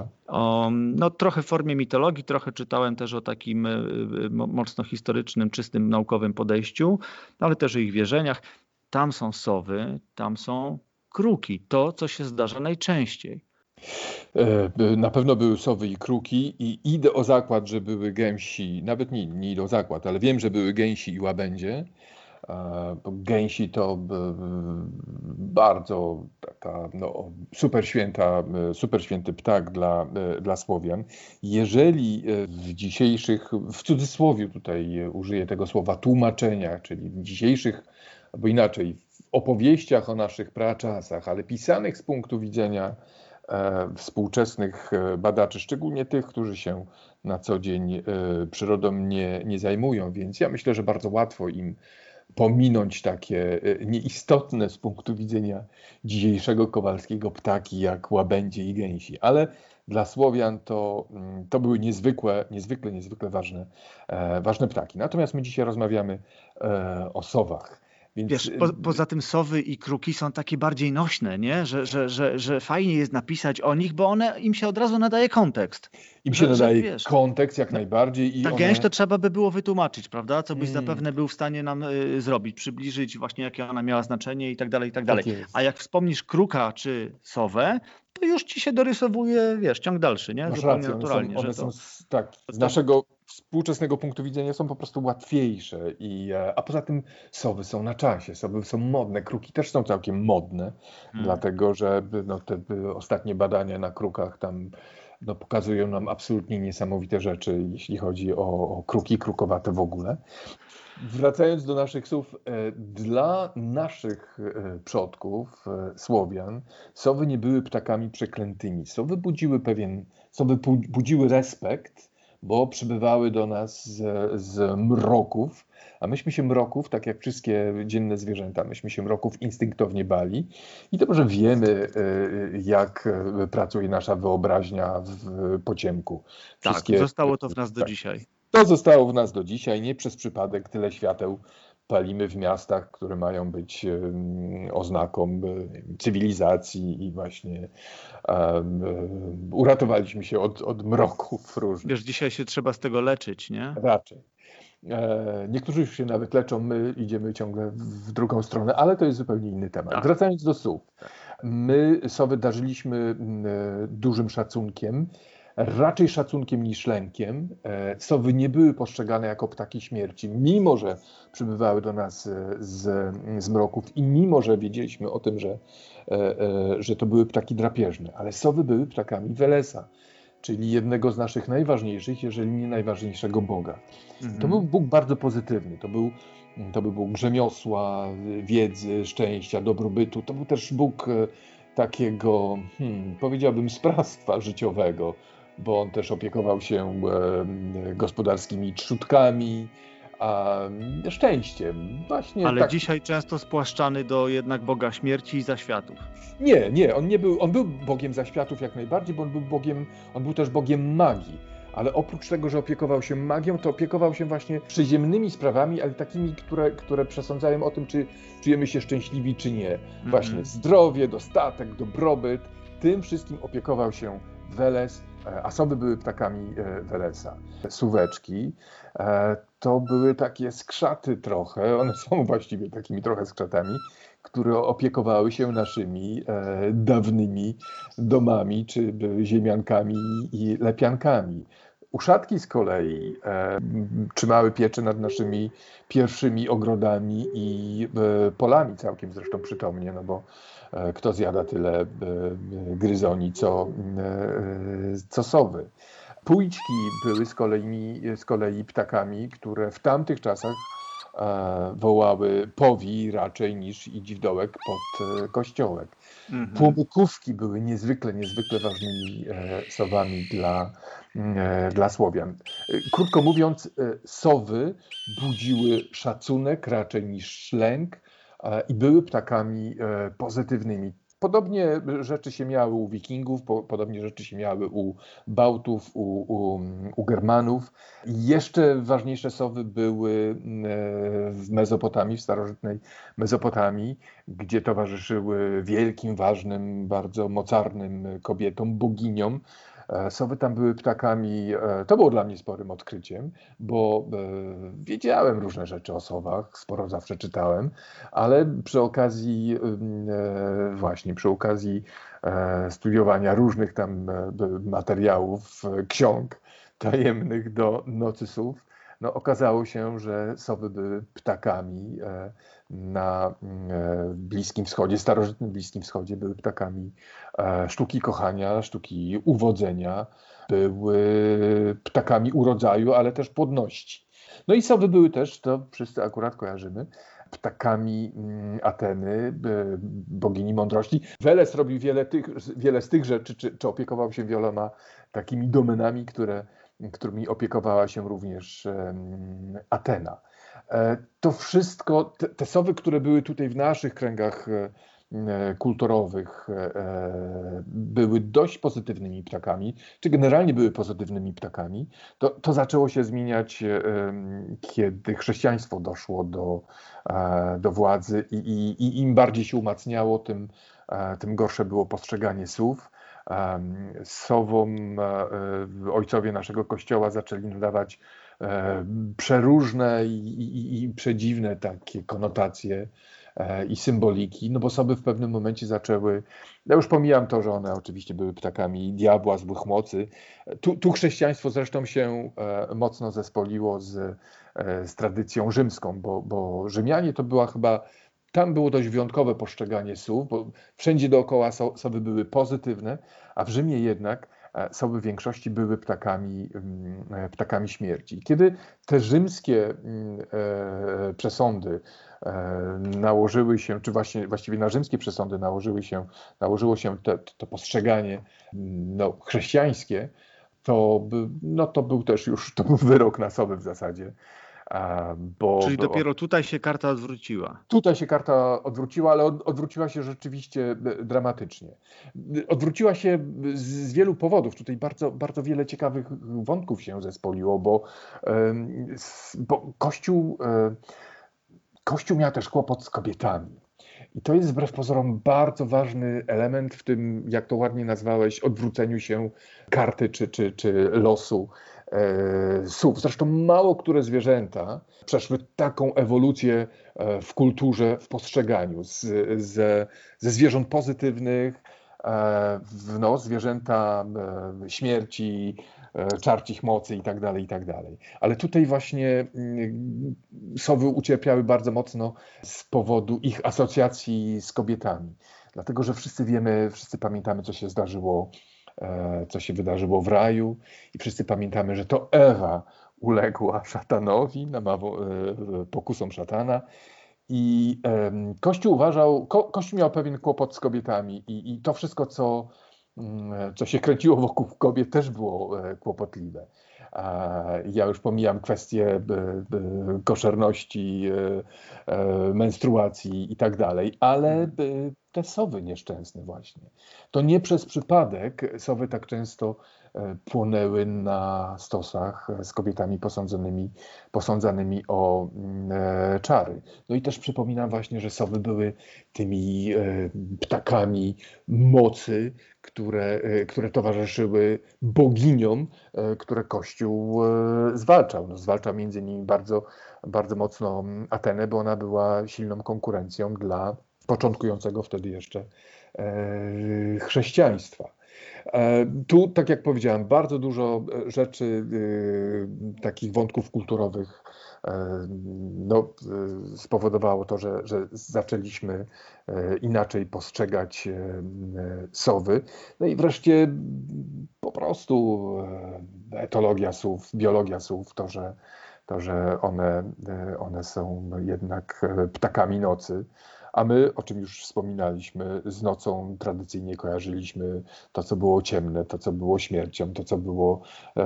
Trochę w formie mitologii, trochę czytałem też o takim mocno historycznym, czystym, naukowym podejściu, ale też o ich wierzeniach. Tam są sowy, tam są kruki. To, co się zdarza najczęściej. Na pewno były sowy i kruki i idę o zakład, że były gęsi, nawet nie idę o zakład, ale wiem, że były gęsi i łabędzie. Gęsi to bardzo taka super święty ptak dla Słowian. Jeżeli w cudzysłowie tutaj użyję tego słowa, tłumaczeniach, czyli w dzisiejszych, albo inaczej, w opowieściach o naszych praczasach, ale pisanych z punktu widzenia współczesnych badaczy, szczególnie tych, którzy się na co dzień przyrodą nie zajmują, więc ja myślę, że bardzo łatwo im pominąć takie nieistotne z punktu widzenia dzisiejszego Kowalskiego ptaki jak łabędzie i gęsi, ale dla Słowian to były niezwykle ważne ptaki. Natomiast my dzisiaj rozmawiamy o sowach. Więc... Wiesz, poza tym sowy i kruki są takie bardziej nośne, nie? Że fajnie jest napisać o nich, bo im się od razu nadaje kontekst. Im się nadaje kontekst jak najbardziej. I gęś to trzeba by było wytłumaczyć, prawda? Co byś zapewne był w stanie nam zrobić, przybliżyć właśnie jakie ona miała znaczenie i tak dalej, i tak dalej. A jak wspomnisz kruka czy sowę, to już ci się dorysowuje, ciąg dalszy, nie? Zupełnie naturalnie. Z naszego współczesnego punktu widzenia są po prostu łatwiejsze. A poza tym sowy są na czasie, sowy są modne, kruki też są całkiem modne, dlatego że te ostatnie badania na krukach tam no, pokazują nam absolutnie niesamowite rzeczy, jeśli chodzi o kruki, krukowate w ogóle. Wracając do naszych słów, dla naszych przodków, Słowian, sowy nie były ptakami przeklętymi. Sowy budziły respekt, bo przybywały do nas z mroków, a myśmy się mroków, tak jak wszystkie dzienne zwierzęta, myśmy się mroków instynktownie bali i dobrze wiemy, jak pracuje nasza wyobraźnia w pociemku. Tak, zostało to w nas do dzisiaj. To zostało w nas do dzisiaj. Nie przez przypadek tyle świateł palimy w miastach, które mają być oznaką cywilizacji i właśnie uratowaliśmy się od mroków różnych. Wiesz, dzisiaj się trzeba z tego leczyć, nie? Raczej. Niektórzy już się nawet leczą, my idziemy ciągle w drugą stronę, ale to jest zupełnie inny temat. Tak. Wracając do słów. My sowy darzyliśmy dużym szacunkiem, raczej szacunkiem niż lękiem. Sowy nie były postrzegane jako ptaki śmierci, mimo że przybywały do nas z mroków i mimo że wiedzieliśmy o tym, że to były ptaki drapieżne, ale sowy były ptakami Welesa, czyli jednego z naszych najważniejszych, jeżeli nie najważniejszego Boga. To był Bóg bardzo pozytywny, to był Bóg rzemiosła, wiedzy, szczęścia, dobrobytu, to był też Bóg takiego, powiedziałbym, sprawstwa życiowego, bo on też opiekował się gospodarskimi trzutkami, szczęściem. Właśnie ale tak. Dzisiaj często spłaszczany do jednak Boga śmierci i zaświatów. Nie, on był Bogiem zaświatów jak najbardziej, bo on był też Bogiem magii. Ale oprócz tego, że opiekował się magią, to opiekował się właśnie przyziemnymi sprawami, ale takimi, które przesądzają o tym, czy czujemy się szczęśliwi, czy nie. Właśnie zdrowie, dostatek, dobrobyt. Tym wszystkim opiekował się Weles, a sowy były ptakami Welesa. Suweczki to były takie skrzaty trochę, one są właściwie takimi trochę skrzatami, które opiekowały się naszymi dawnymi domami, czy ziemiankami i lepiankami. Uszatki z kolei trzymały pieczę nad naszymi pierwszymi ogrodami i polami, całkiem zresztą przytomnie, no bo kto zjada tyle gryzoni, co sowy. Pójczki były z kolei ptakami, które w tamtych czasach wołały powi raczej niż idź w dołek pod kościołek. Płomykówki były niezwykle ważnymi sowami dla Słowian. Krótko mówiąc, sowy budziły szacunek raczej niż lęk i były ptakami pozytywnymi. Podobnie rzeczy się miały u Wikingów, podobnie rzeczy się miały u Bałtów, u Germanów. Jeszcze ważniejsze sowy były w Mezopotamii, w starożytnej Mezopotamii, gdzie towarzyszyły wielkim, ważnym, bardzo mocarnym kobietom, boginiom. Sowy tam były ptakami, to było dla mnie sporym odkryciem, bo wiedziałem różne rzeczy o sowach, sporo zawsze czytałem, ale przy okazji studiowania różnych tam materiałów, ksiąg tajemnych do Nocy Sów, no, okazało się, że sowy były ptakami na Bliskim Wschodzie, starożytnym Bliskim Wschodzie, były ptakami sztuki kochania, sztuki uwodzenia, były ptakami urodzaju, ale też płodności. No i sowy były też, to wszyscy akurat kojarzymy, ptakami Ateny, bogini mądrości. Weles robił wiele z tych rzeczy, czy opiekował się wieloma takimi domenami, którymi opiekowała się również Atena. To wszystko, te sowy, które były tutaj w naszych kręgach kulturowych, były dość pozytywnymi ptakami, czy generalnie były pozytywnymi ptakami. To zaczęło się zmieniać, kiedy chrześcijaństwo doszło do władzy i im bardziej się umacniało, tym gorsze było postrzeganie sów. Sowom ojcowie naszego kościoła zaczęli nadawać przeróżne i przedziwne takie konotacje i symboliki, no bo sowy w pewnym momencie zaczęły, ja już pomijam to, że one oczywiście były ptakami diabła, złych mocy. Tu chrześcijaństwo zresztą się mocno zespoliło z tradycją rzymską, bo Rzymianie to była chyba, tam było dość wyjątkowe postrzeganie sów, bo wszędzie dookoła sowy były pozytywne, a w Rzymie jednak sowy w większości były ptakami śmierci. Kiedy te rzymskie przesądy nałożyły się, czy właściwie na rzymskie przesądy nałożyło się to postrzeganie chrześcijańskie, to był też już wyrok na sowy w zasadzie. Czyli dopiero tutaj się karta odwróciła. Tutaj się karta odwróciła, ale odwróciła się rzeczywiście dramatycznie. Odwróciła się z wielu powodów. Tutaj bardzo, bardzo wiele ciekawych wątków się zespoliło, bo Kościół miał też kłopot z kobietami. I to jest wbrew pozorom bardzo ważny element w tym, jak to ładnie nazwałeś, odwróceniu się karty czy losu sów. Zresztą mało które zwierzęta przeszły taką ewolucję w kulturze, w postrzeganiu. Ze zwierząt pozytywnych, zwierzęta śmierci, czarcich mocy i tak dalej. Ale tutaj właśnie sowy ucierpiały bardzo mocno z powodu ich asocjacji z kobietami. Dlatego, że wszyscy wiemy, wszyscy pamiętamy, co się wydarzyło w raju i wszyscy pamiętamy, że to Ewa uległa szatanowi, pokusom szatana. I Kościół miał pewien kłopot z kobietami i to wszystko, co się kręciło wokół kobiet, też było kłopotliwe. Ja już pomijam kwestie koszerności, menstruacji i tak dalej, ale te sowy nieszczęsne właśnie. To nie przez przypadek sowy tak często płonęły na stosach z kobietami posądzanymi o czary. No i też przypominam właśnie, że sowy były tymi ptakami mocy, które towarzyszyły boginiom, które Kościół zwalczał. Zwalczał między innymi bardzo, bardzo mocno Atenę, bo ona była silną konkurencją dla początkującego wtedy jeszcze chrześcijaństwa. Tu, tak jak powiedziałem, bardzo dużo rzeczy, takich wątków kulturowych spowodowało to, że zaczęliśmy inaczej postrzegać sowy. No i wreszcie po prostu etologia słów, biologia słów, to, że one są jednak ptakami nocy. A my, o czym już wspominaliśmy, z nocą tradycyjnie kojarzyliśmy to, co było ciemne, to, co było śmiercią, to, co było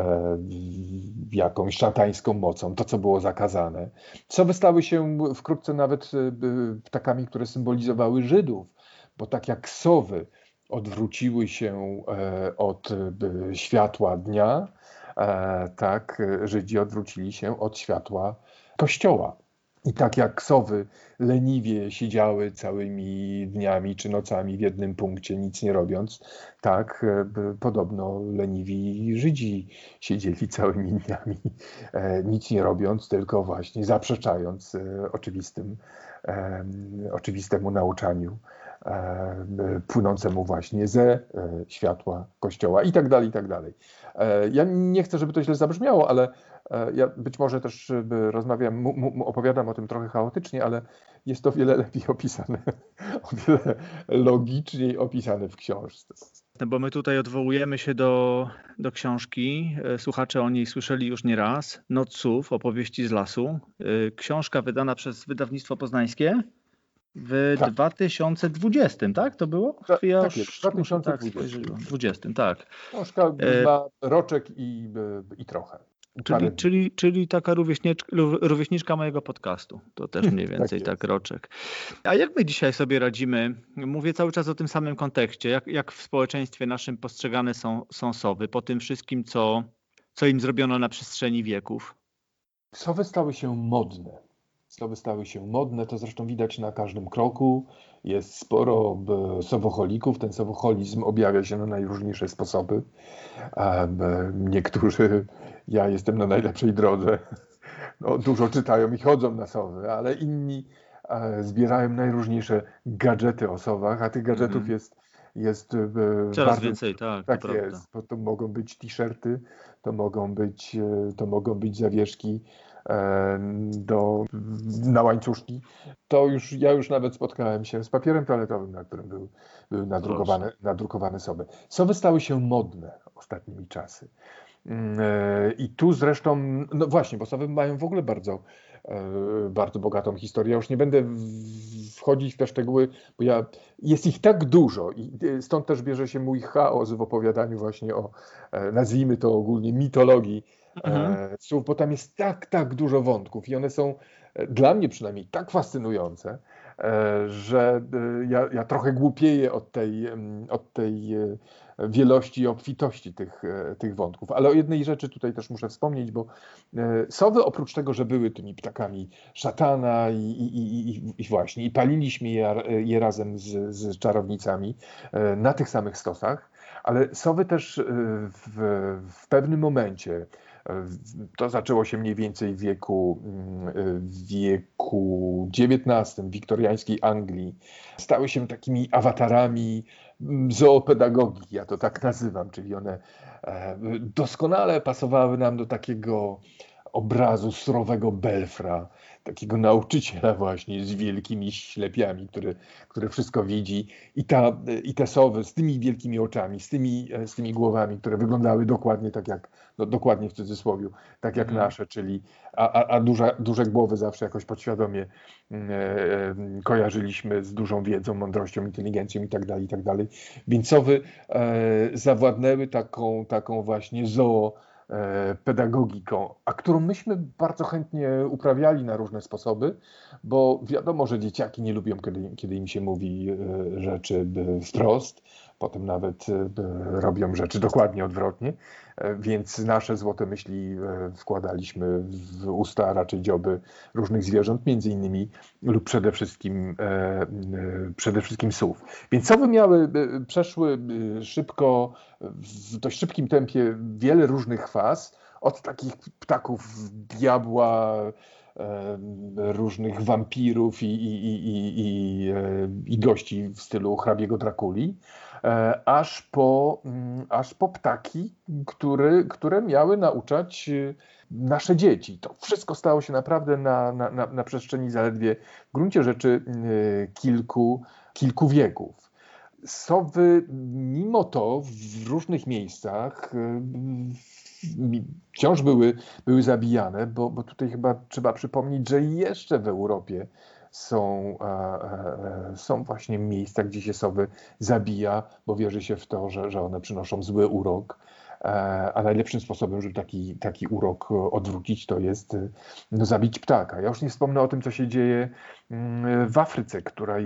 jakąś szatańską mocą, to, co było zakazane. Sowy stały się wkrótce nawet ptakami, które symbolizowały Żydów, bo tak jak sowy odwróciły się od światła dnia, tak Żydzi odwrócili się od światła Kościoła. I tak jak sowy leniwie siedziały całymi dniami czy nocami w jednym punkcie, nic nie robiąc, tak podobno leniwi Żydzi siedzieli całymi dniami, nic nie robiąc, tylko właśnie zaprzeczając oczywistemu nauczaniu płynącemu właśnie ze światła Kościoła i tak dalej. Ja nie chcę, żeby to źle zabrzmiało, ale ja być może też opowiadam o tym trochę chaotycznie, ale jest to wiele lepiej opisane, o wiele logiczniej opisane w książce. No bo my tutaj odwołujemy się do książki, słuchacze o niej słyszeli już nieraz, Noc sów, opowieści z lasu. Książka wydana przez wydawnictwo poznańskie w 2020, tak? To było? Tak jest, w 2020. Tak. Książka ma roczek i trochę. Czyli taka rówieśniczka mojego podcastu. To też mniej więcej tak roczek. A jak my dzisiaj sobie radzimy? Mówię cały czas o tym samym kontekście. Jak w społeczeństwie naszym postrzegane są sowy po tym wszystkim, co im zrobiono na przestrzeni wieków? Sowy stały się modne. To zresztą widać na każdym kroku. Jest sporo sowocholików. Ten sowocholizm objawia się na najróżniejsze sposoby. Niektórzy, ja jestem na najlepszej drodze, dużo czytają i chodzą na sowy, ale inni zbierają najróżniejsze gadżety o sowach, a tych gadżetów jest coraz bardzo więcej, tak to jest, bo to mogą być t-shirty, to mogą być zawieszki na łańcuszki, to ja już nawet spotkałem się z papierem toaletowym, na którym były nadrukowane sowy. Sowy stały się modne ostatnimi czasy. I tu zresztą, no właśnie, bo sowy mają w ogóle bardzo bogatą historię. Ja już nie będę wchodzić w te szczegóły, bo jest ich tak dużo i stąd też bierze się mój chaos w opowiadaniu właśnie o, nazwijmy to ogólnie, mitologii słów, bo tam jest tak dużo wątków i one są dla mnie przynajmniej tak fascynujące, że ja trochę głupieję od tej wielości i obfitości tych wątków. Ale o jednej rzeczy tutaj też muszę wspomnieć, bo sowy oprócz tego, że były tymi ptakami szatana i właśnie, i paliliśmy je razem z czarownicami na tych samych stosach, ale sowy też w pewnym momencie, to zaczęło się mniej więcej w wieku XIX, w wiktoriańskiej Anglii, stały się takimi awatarami zoopedagogii, ja to tak nazywam, czyli one doskonale pasowały nam do takiego obrazu surowego Belfra, takiego nauczyciela właśnie z wielkimi ślepiami, który wszystko widzi i te sowy z tymi wielkimi oczami, z tymi głowami, które wyglądały dokładnie tak jak, no dokładnie w cudzysłowie, tak jak nasze, czyli duże głowy zawsze jakoś podświadomie kojarzyliką z dużą wiedzą, mądrością, inteligencją i tak dalej. Więc sowy zawładnęły taką właśnie pedagogiką, a którą myśmy bardzo chętnie uprawiali na różne sposoby, bo wiadomo, że dzieciaki nie lubią, kiedy im się mówi rzeczy wprost, potem nawet robią rzeczy dokładnie odwrotnie, więc nasze złote myśli wkładaliśmy w usta, a raczej dzioby różnych zwierząt, między innymi lub przede wszystkim słów. Więc sowy przeszły szybko, w dość szybkim tempie wiele różnych faz, od takich ptaków diabła, różnych wampirów i gości w stylu hrabiego Drakuli, aż po ptaki, które miały nauczać nasze dzieci. To wszystko stało się naprawdę na przestrzeni zaledwie w gruncie rzeczy kilku wieków. Sowy mimo to w różnych miejscach wciąż były zabijane, bo tutaj chyba trzeba przypomnieć, że jeszcze w Europie są właśnie miejsca, gdzie się sowy zabija, bo wierzy się w to, że one przynoszą zły urok. A najlepszym sposobem, żeby taki urok odwrócić, to jest zabić ptaka. Ja już nie wspomnę o tym, co się dzieje w Afryce,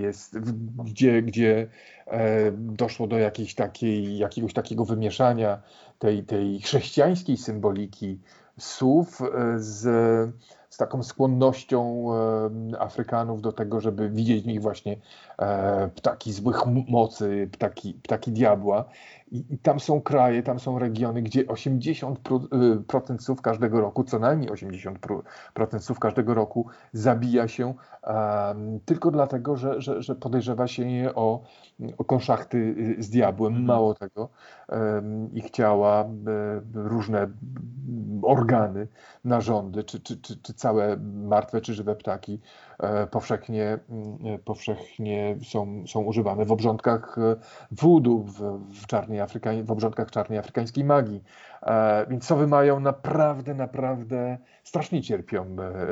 gdzie doszło do jakiegoś takiego wymieszania tej chrześcijańskiej symboliki słów z taką skłonnością Afrykanów do tego, żeby widzieć w nich właśnie ptaki złych mocy, ptaki diabła. I tam są kraje, tam są regiony, gdzie 80% słów każdego roku, co najmniej 80% słów każdego roku zabija się tylko dlatego, że podejrzewa się je o konszachty z diabłem. Mało tego, ich ciała, różne organy, narządy, czy całe martwe, czy żywe ptaki powszechnie są używane w obrządkach voodoo, w obrządkach czarnej afrykańskiej magii. Więc sowy mają naprawdę strasznie cierpią,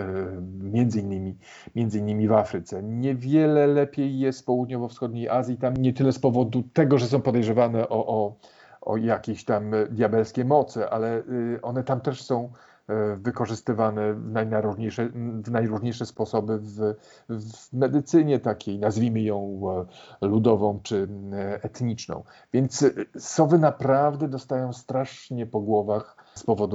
między innymi w Afryce. Niewiele lepiej jest w południowo-wschodniej Azji, tam nie tyle z powodu tego, że są podejrzewane o jakieś tam diabelskie moce, ale one tam też są wykorzystywane w najróżniejsze sposoby w medycynie takiej, nazwijmy ją ludową czy etniczną. Więc sowy naprawdę dostają strasznie po głowach z powodu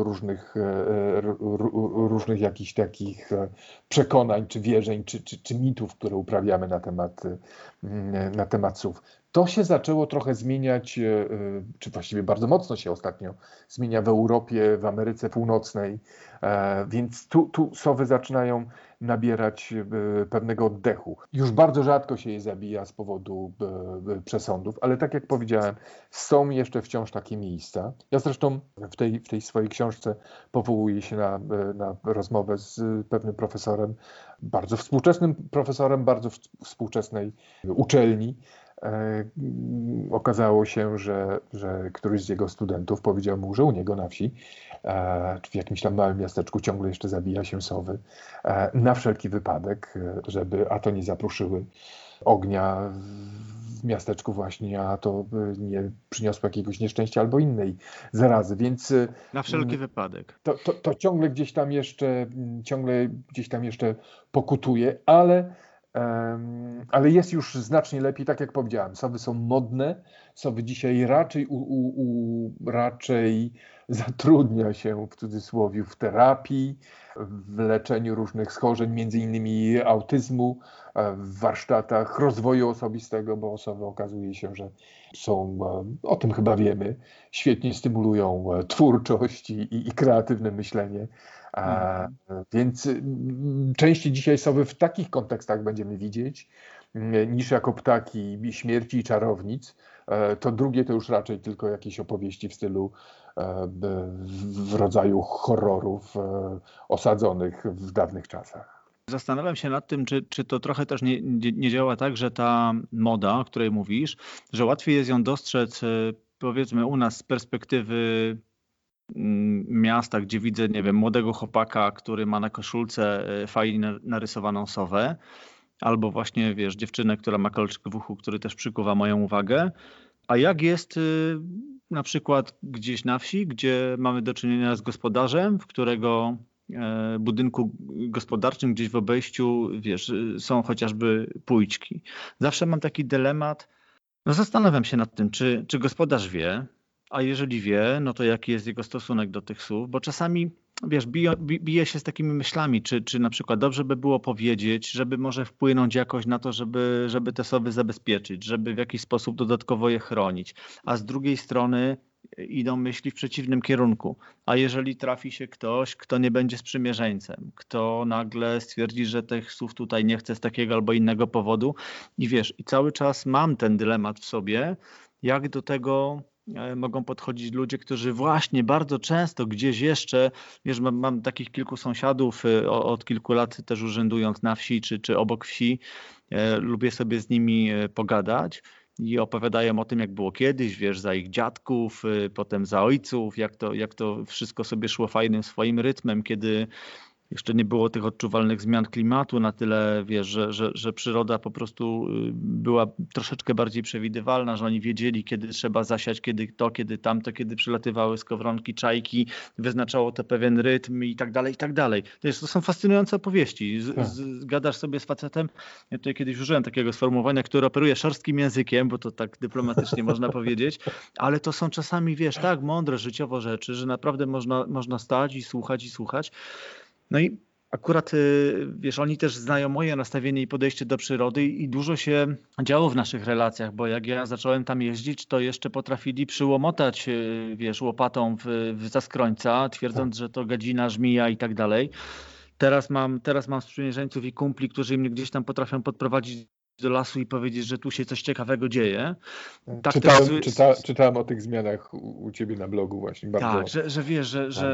różnych jakichś takich przekonań, czy wierzeń, czy mitów, które uprawiamy na temat słów. To się zaczęło trochę zmieniać, czy właściwie bardzo mocno się ostatnio zmienia w Europie, w Ameryce Północnej, więc tu sowy zaczynają nabierać pewnego oddechu. Już bardzo rzadko się je zabija z powodu przesądów, ale tak jak powiedziałem, są jeszcze wciąż takie miejsca. Ja zresztą w tej swojej książce powołuję się na rozmowę z pewnym profesorem, bardzo współczesnym profesorem bardzo współczesnej uczelni. Okazało się, że któryś z jego studentów powiedział mu, że u niego na wsi, czy w jakimś tam małym miasteczku ciągle jeszcze zabija się sowy, na wszelki wypadek, żeby a to nie zapruszyły ognia w miasteczku właśnie, a to nie przyniosło jakiegoś nieszczęścia albo innej zarazy, więc na wszelki wypadek. To ciągle gdzieś tam jeszcze pokutuje, ale jest już znacznie lepiej, tak jak powiedziałem. Sowy są modne, sowy dzisiaj raczej zatrudnia się w cudzysłowie w terapii, w leczeniu różnych schorzeń, między innymi autyzmu, w warsztatach rozwoju osobistego, bo osoby okazuje się, że są, o tym chyba wiemy, świetnie stymulują twórczość i kreatywne myślenie. Więc częściej dzisiaj sowy w takich kontekstach będziemy widzieć, niż jako ptaki śmierci i czarownic. To drugie to już raczej tylko jakieś opowieści w stylu w rodzaju horrorów osadzonych w dawnych czasach. Zastanawiam się nad tym, czy to trochę też nie działa tak, że ta moda, o której mówisz, że łatwiej jest ją dostrzec, powiedzmy u nas z perspektywy miasta, gdzie widzę, nie wiem, młodego chłopaka, który ma na koszulce fajnie narysowaną sowę, albo właśnie, wiesz, dziewczynę, która ma kolczyk w uchu, który też przykuwa moją uwagę. A jak jest na przykład gdzieś na wsi, gdzie mamy do czynienia z gospodarzem, w którego budynku gospodarczym gdzieś w obejściu, wiesz, są chociażby pójczki. Zawsze mam taki dylemat, no zastanawiam się nad tym, czy gospodarz wie, a jeżeli wie, no to jaki jest jego stosunek do tych słów, bo czasami, wiesz, bije się z takimi myślami, czy na przykład dobrze by było powiedzieć, żeby może wpłynąć jakoś na to, żeby te sowy zabezpieczyć, żeby w jakiś sposób dodatkowo je chronić, a z drugiej strony idą myśli w przeciwnym kierunku. A jeżeli trafi się ktoś, kto nie będzie sprzymierzeńcem, kto nagle stwierdzi, że tych słów tutaj nie chce z takiego albo innego powodu i wiesz, i cały czas mam ten dylemat w sobie, jak do tego mogą podchodzić ludzie, którzy właśnie bardzo często gdzieś jeszcze, wiesz, mam takich kilku sąsiadów od kilku lat też urzędując na wsi czy obok wsi, lubię sobie z nimi pogadać i opowiadają o tym, jak było kiedyś, wiesz, za ich dziadków, potem za ojców, jak to wszystko sobie szło fajnym swoim rytmem, kiedy jeszcze nie było tych odczuwalnych zmian klimatu na tyle, wiesz, że przyroda po prostu była troszeczkę bardziej przewidywalna, że oni wiedzieli, kiedy trzeba zasiać, kiedy to, kiedy tamto, kiedy przylatywały skowronki, czajki, wyznaczało to pewien rytm i tak dalej, i tak dalej. To są fascynujące opowieści. Gadasz sobie z facetem, ja tutaj kiedyś użyłem takiego sformułowania, który operuje szorstkim językiem, bo to tak dyplomatycznie można powiedzieć, ale to są czasami, wiesz, tak mądre życiowo rzeczy, że naprawdę można stać i słuchać. No i akurat, wiesz, oni też znają moje nastawienie i podejście do przyrody i dużo się działo w naszych relacjach, bo jak ja zacząłem tam jeździć, to jeszcze potrafili przyłomotać, wiesz, łopatą w zaskrońca, twierdząc, że to gadzina, żmija i tak dalej. Teraz mam sprzymierzeńców i kumpli, którzy mnie gdzieś tam potrafią podprowadzić do lasu i powiedzieć, że tu się coś ciekawego dzieje. Tak czytałem o tych zmianach u ciebie na blogu właśnie. Bardzo, tak, że wiesz,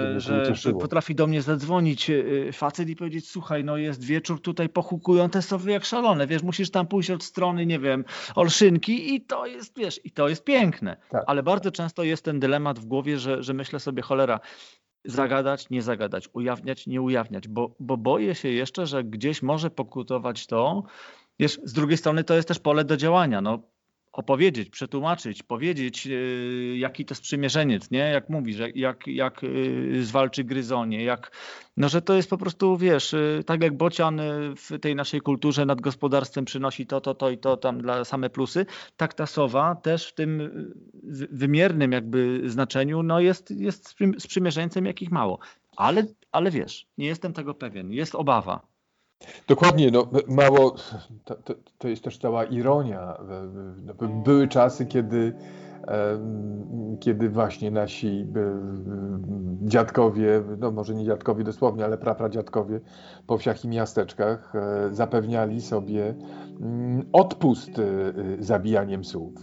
że potrafi do mnie zadzwonić facet i powiedzieć, słuchaj, no jest wieczór, tutaj pochukują te sowy jak szalone, wiesz, musisz tam pójść od strony, nie wiem, Olszynki i to jest, wiesz, i to jest piękne. Tak. Ale bardzo często jest ten dylemat w głowie, że myślę sobie, cholera, zagadać, nie zagadać, ujawniać, nie ujawniać, bo boję się jeszcze, że gdzieś może pokutować to. Wiesz, z drugiej strony to jest też pole do działania, no opowiedzieć, przetłumaczyć, powiedzieć jaki to sprzymierzeniec, nie? Jak mówisz, jak zwalczy gryzonie, no że to jest po prostu, wiesz, tak jak bocian w tej naszej kulturze nad gospodarstwem przynosi to i to tam dla same plusy, tak ta sowa też w tym wymiernym jakby znaczeniu, no jest sprzymierzeńcem jakich mało. Ale wiesz, nie jestem tego pewien, jest obawa. Dokładnie, no mało, to jest też cała ironia. Były czasy, kiedy kiedy właśnie nasi dziadkowie, no może nie dziadkowie dosłownie, ale prapradziadkowie po wsiach i miasteczkach zapewniali sobie odpust zabijaniem psów,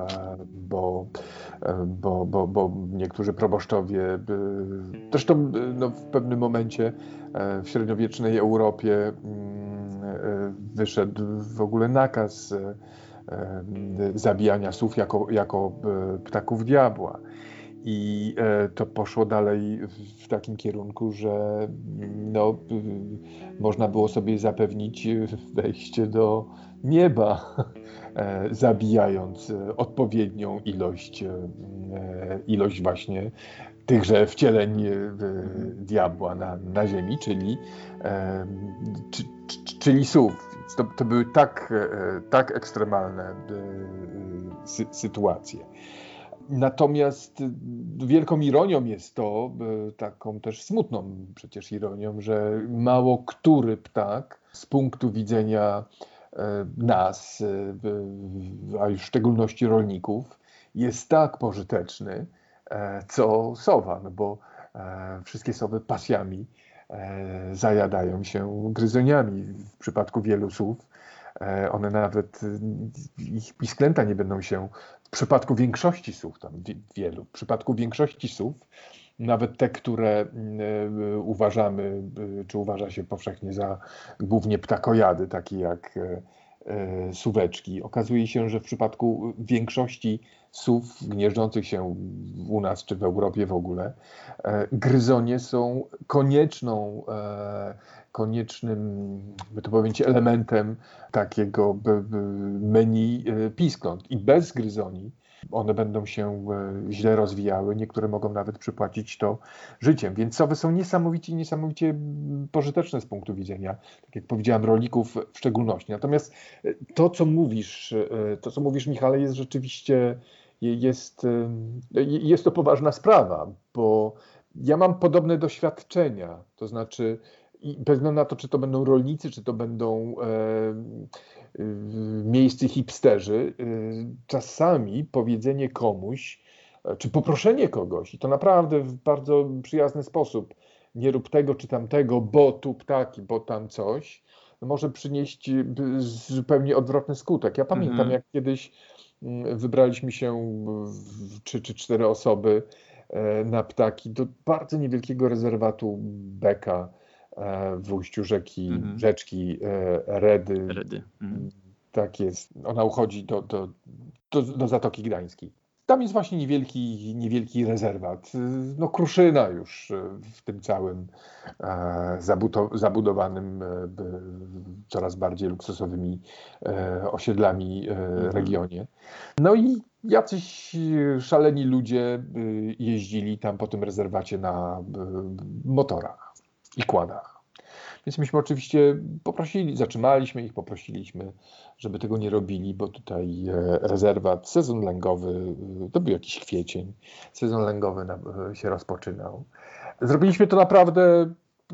bo niektórzy proboszczowie, zresztą no, w pewnym momencie w średniowiecznej Europie wyszedł w ogóle nakaz zabijania psów jako ptaków diabła. I to poszło dalej w takim kierunku, że no, można było sobie zapewnić wejście do nieba, zabijając odpowiednią ilość właśnie tychże wcieleń diabła na ziemi, czyli psów. To były tak ekstremalne sytuacje. Natomiast wielką ironią jest to, taką też smutną przecież ironią, że mało który ptak z punktu widzenia nas, a już w szczególności rolników, jest tak pożyteczny, co sowa, no bo wszystkie sowy pasjami zajadają się gryzoniami. W przypadku wielu sów one nawet, ich pisklęta nie będą się, w przypadku większości sów, tam wielu, w przypadku większości sów, nawet te, które uważamy, czy uważa się powszechnie za głównie ptakojady, takie jak suweczki. Okazuje się, że w przypadku większości sów gnieżdżących się u nas czy w Europie w ogóle, gryzonie są koniecznym, by to powiedzieć, elementem takiego menu piskląt. I bez gryzoni one będą się źle rozwijały, niektóre mogą nawet przypłacić to życiem. Więc sowy są niesamowicie pożyteczne z punktu widzenia, tak jak powiedziałem, rolników w szczególności. Natomiast to, co mówisz, Michale, jest rzeczywiście, jest to poważna sprawa, bo ja mam podobne doświadczenia, to znaczy i bez względu na to, czy to będą rolnicy, czy to będą miejscy hipsterzy, czasami powiedzenie komuś, czy poproszenie kogoś, i to naprawdę w bardzo przyjazny sposób, nie rób tego czy tamtego, bo tu ptaki, bo tam coś, może przynieść zupełnie odwrotny skutek. Ja pamiętam, jak kiedyś wybraliśmy się 3 czy 4 osoby na ptaki do bardzo niewielkiego rezerwatu Beka w ujściu rzeczki Redy. Tak jest. Ona uchodzi do Zatoki Gdańskiej. Tam jest właśnie niewielki rezerwat. No Kruszyna już w tym całym zabudowanym coraz bardziej luksusowymi osiedlami regionie. No i jacyś szaleni ludzie jeździli tam po tym rezerwacie na motorach i kładach. Więc myśmy oczywiście zatrzymaliśmy ich, poprosiliśmy, żeby tego nie robili, bo tutaj rezerwat, sezon lęgowy, to był jakiś kwiecień, sezon lęgowy się rozpoczynał. Zrobiliśmy to naprawdę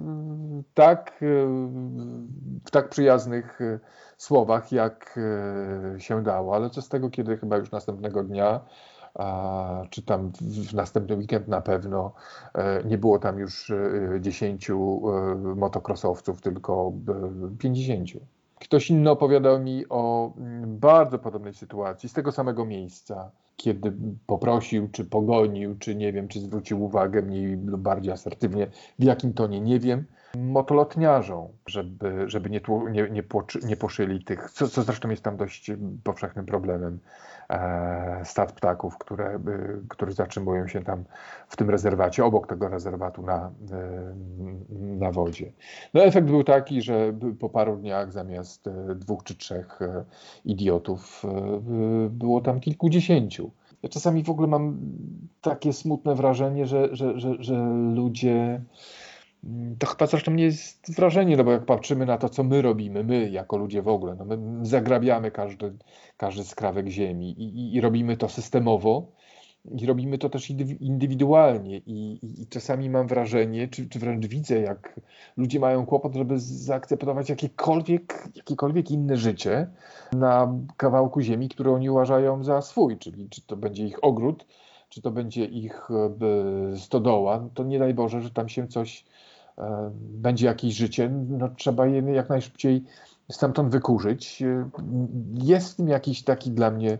w tak przyjaznych słowach, jak się dało, ale co z tego, kiedy chyba już następnego dnia, czy tam w następny weekend na pewno nie było tam już 10 motokrosowców, tylko 50. Ktoś inny opowiadał mi o bardzo podobnej sytuacji z tego samego miejsca, kiedy poprosił, czy pogonił, czy nie wiem, czy zwrócił uwagę mniej lub bardziej asertywnie, w jakim tonie, nie wiem, motolotniarzom, żeby nie poszyli tych, co zresztą jest tam dość powszechnym problemem, stad ptaków, które zatrzymują się tam w tym rezerwacie, obok tego rezerwatu na wodzie. No efekt był taki, że po paru dniach zamiast 2 czy 3 idiotów było tam kilkudziesięciu. Ja czasami w ogóle mam takie smutne wrażenie, że ludzie... To chyba zresztą nie jest wrażenie, no bo jak patrzymy na to, co my robimy, my jako ludzie w ogóle, no my zagrabiamy każdy skrawek ziemi i robimy to systemowo, i robimy to też indywidualnie i czasami mam wrażenie, czy wręcz widzę, jak ludzie mają kłopot, żeby zaakceptować jakiekolwiek inne życie na kawałku ziemi, który oni uważają za swój, czyli czy to będzie ich ogród, czy to będzie ich stodoła, to nie daj Boże, że tam się coś, będzie jakieś życie, no trzeba je jak najszybciej stamtąd wykurzyć. Jest w tym jakiś taki dla mnie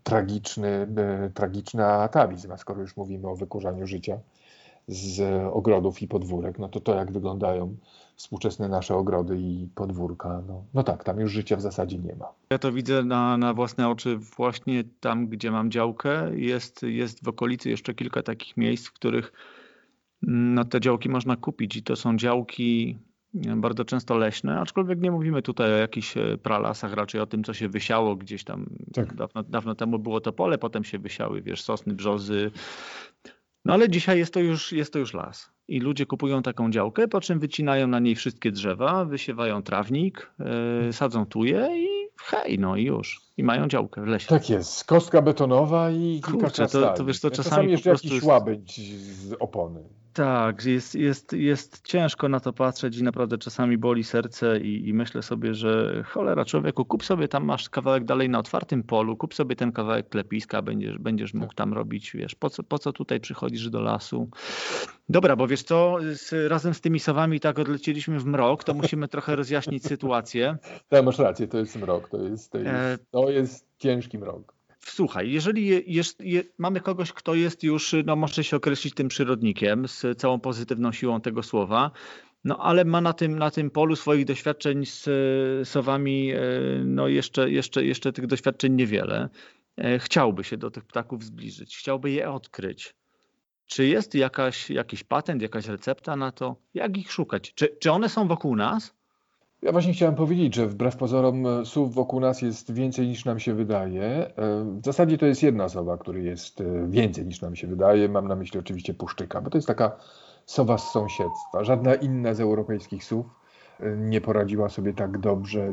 tragiczny atawizm, a skoro już mówimy o wykurzaniu życia z ogrodów i podwórek, no to jak wyglądają współczesne nasze ogrody i podwórka, no tak, tam już życia w zasadzie nie ma. Ja to widzę na własne oczy właśnie tam, gdzie mam działkę. Jest w okolicy jeszcze kilka takich miejsc, w których no, te działki można kupić i to są działki bardzo często leśne, aczkolwiek nie mówimy tutaj o jakichś pralasach, raczej o tym, co się wysiało gdzieś tam. Tak. Dawno temu było to pole, potem się wysiały, sosny, brzozy. No ale dzisiaj jest to już las. I ludzie kupują taką działkę, po czym wycinają na niej wszystkie drzewa, wysiewają trawnik, sadzą tuje i hej, no i już. I mają działkę w lesie. Tak jest. Kostka betonowa i kilka krasnali. To wiesz co, czasami jeszcze jakiś łabędź z opony. Tak, jest ciężko na to patrzeć i naprawdę czasami boli serce i myślę sobie, że cholera człowieku, kup sobie tam, masz kawałek dalej na otwartym polu, kup sobie ten kawałek klepiska, będziesz mógł tam robić, po co tutaj przychodzisz do lasu. Dobra, bo wiesz co, razem z tymi sowami tak odlecieliśmy w mrok, to musimy trochę rozjaśnić sytuację. Tak, masz rację, to jest mrok, to jest ciężki mrok. Słuchaj, jeżeli mamy kogoś, kto jest już, no może się określić tym przyrodnikiem z całą pozytywną siłą tego słowa, no ale ma na tym polu swoich doświadczeń z sowami, no jeszcze tych doświadczeń niewiele. Chciałby się do tych ptaków zbliżyć, chciałby je odkryć. Czy jest jakiś patent, jakaś recepta na to, jak ich szukać? Czy one są wokół nas? Ja właśnie chciałem powiedzieć, że wbrew pozorom sów wokół nas jest więcej niż nam się wydaje. W zasadzie to jest jedna sowa, która jest więcej niż nam się wydaje. Mam na myśli oczywiście puszczyka, bo to jest taka sowa z sąsiedztwa. Żadna inna z europejskich sów nie poradziła sobie tak dobrze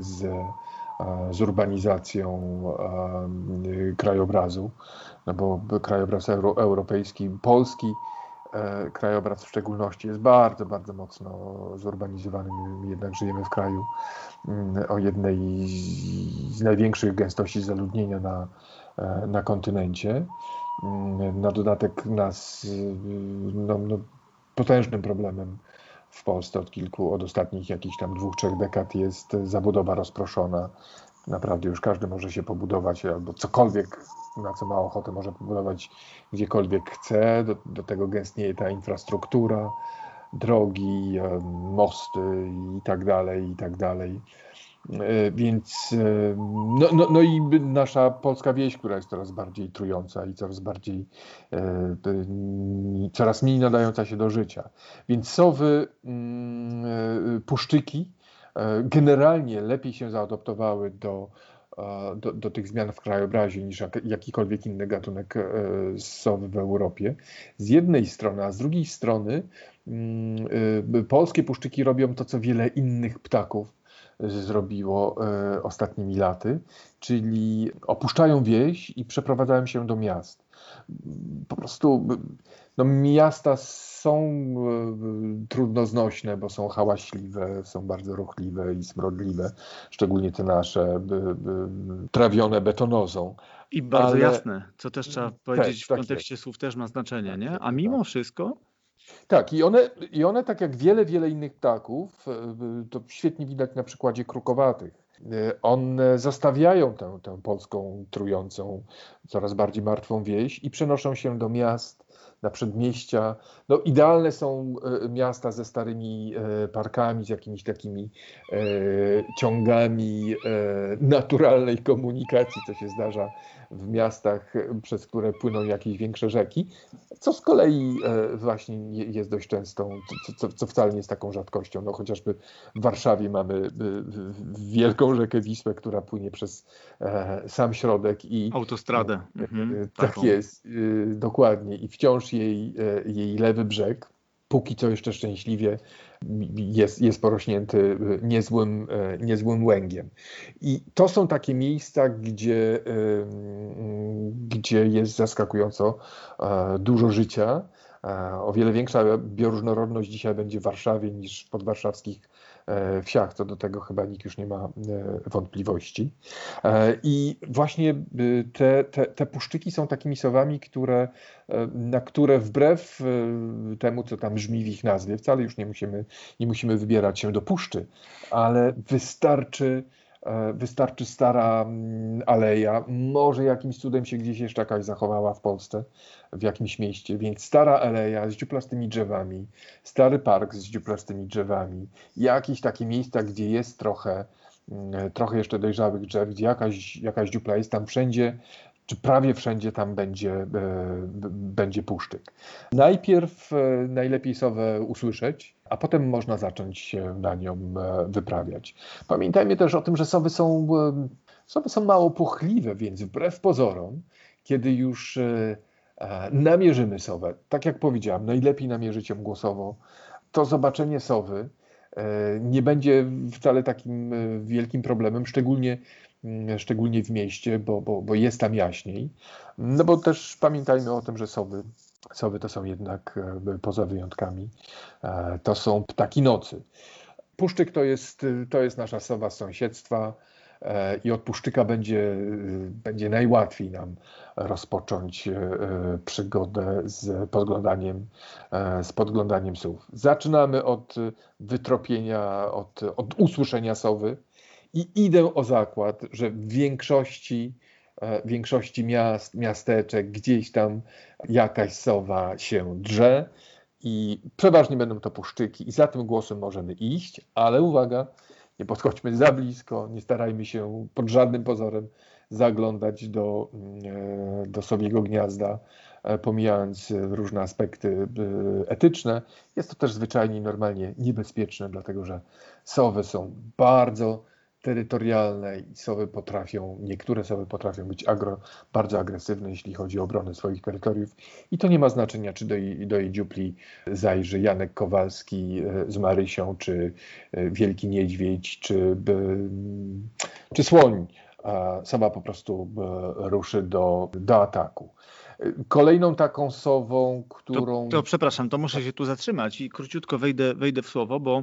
z urbanizacją krajobrazu, no bo krajobraz europejski, polski, krajobraz w szczególności jest bardzo, bardzo mocno zurbanizowany. My jednak żyjemy w kraju o jednej z największych gęstości zaludnienia na kontynencie. Na dodatek nas potężnym problemem w Polsce od ostatnich jakichś tam 2-3 dekad jest zabudowa rozproszona. Naprawdę już każdy może się pobudować albo cokolwiek, na co ma ochotę, może pobudować gdziekolwiek chce. Do tego gęstnieje ta infrastruktura, drogi, mosty i tak dalej. Więc no i nasza polska wieś, która jest coraz bardziej trująca i coraz mniej nadająca się do życia. Więc sowy, puszczyki generalnie lepiej się zaadoptowały do tych zmian w krajobrazie niż jakikolwiek inny gatunek sowy w Europie. Z jednej strony, a z drugiej strony polskie puszczyki robią to, co wiele innych ptaków zrobiło ostatnimi laty, czyli opuszczają wieś i przeprowadzają się do miast. Po prostu miasta są trudno znośne, bo są hałaśliwe, są bardzo ruchliwe i smrodliwe, szczególnie te nasze trawione betonozą. I bardzo jasne, co też trzeba powiedzieć w kontekście słów też ma znaczenie, nie? A mimo wszystko... Tak, i one tak jak wiele innych ptaków, to świetnie widać na przykładzie krukowatych, one zostawiają tę polską trującą, coraz bardziej martwą wieś i przenoszą się do miast, na przedmieścia. No, idealne są miasta ze starymi parkami, z jakimiś takimi ciągami naturalnej komunikacji, co się zdarza w miastach, przez które płyną jakieś większe rzeki, co z kolei właśnie jest dość częstą, co wcale nie jest taką rzadkością. No, chociażby w Warszawie mamy wielką rzekę Wisłę, która płynie przez sam środek i autostradę. Tak jest, dokładnie. I wciąż jej lewy brzeg póki co jeszcze szczęśliwie jest porośnięty niezłym łęgiem. I to są takie miejsca, gdzie jest zaskakująco dużo życia. O wiele większa bioróżnorodność dzisiaj będzie w Warszawie niż w podwarszawskich wsiach. Co do tego chyba nikt już nie ma wątpliwości. I właśnie te puszczyki są takimi sowami, na które wbrew temu, co tam brzmi w ich nazwie, wcale już nie musimy wybierać się do puszczy, ale wystarczy stara aleja, może jakimś cudem się gdzieś jeszcze jakaś zachowała w Polsce, w jakimś mieście, więc stara aleja z dziuplastymi drzewami, stary park z dziuplastymi drzewami, jakieś takie miejsca, gdzie jest trochę jeszcze dojrzałych drzew, gdzie jakaś dziupla jest, tam wszędzie, czy prawie wszędzie tam będzie puszczyk. Najpierw najlepiej sowę usłyszeć, a potem można zacząć się na nią wyprawiać. Pamiętajmy też o tym, że sowy są mało płochliwe, więc wbrew pozorom, kiedy już namierzymy sowę, tak jak powiedziałem, najlepiej namierzyć ją głosowo, to zobaczenie sowy nie będzie wcale takim wielkim problemem, szczególnie w mieście, bo jest tam jaśniej. No bo też pamiętajmy o tym, że sowy to są jednak, poza wyjątkami, to są ptaki nocy. Puszczyk to jest nasza sowa z sąsiedztwa i od puszczyka będzie najłatwiej nam rozpocząć przygodę z podglądaniem sów. Zaczynamy od wytropienia, od usłyszenia sowy i idę o zakład, że w większości miast, miasteczek gdzieś tam jakaś sowa się drze i przeważnie będą to puszczyki i za tym głosem możemy iść, ale uwaga, nie podchodźmy za blisko, nie starajmy się pod żadnym pozorem zaglądać do sowiego gniazda, pomijając różne aspekty etyczne. Jest to też zwyczajnie i normalnie niebezpieczne, dlatego że sowy są bardzo terytorialne i niektóre sowy potrafią być bardzo agresywne, jeśli chodzi o obronę swoich terytoriów. I to nie ma znaczenia, czy do jej dziupli zajrzy Janek Kowalski z Marysią, czy Wielki Niedźwiedź, czy Słoń. Sowa po prostu ruszy do ataku. Kolejną taką sową, którą... To przepraszam, to muszę się tu zatrzymać i króciutko wejdę w słowo, bo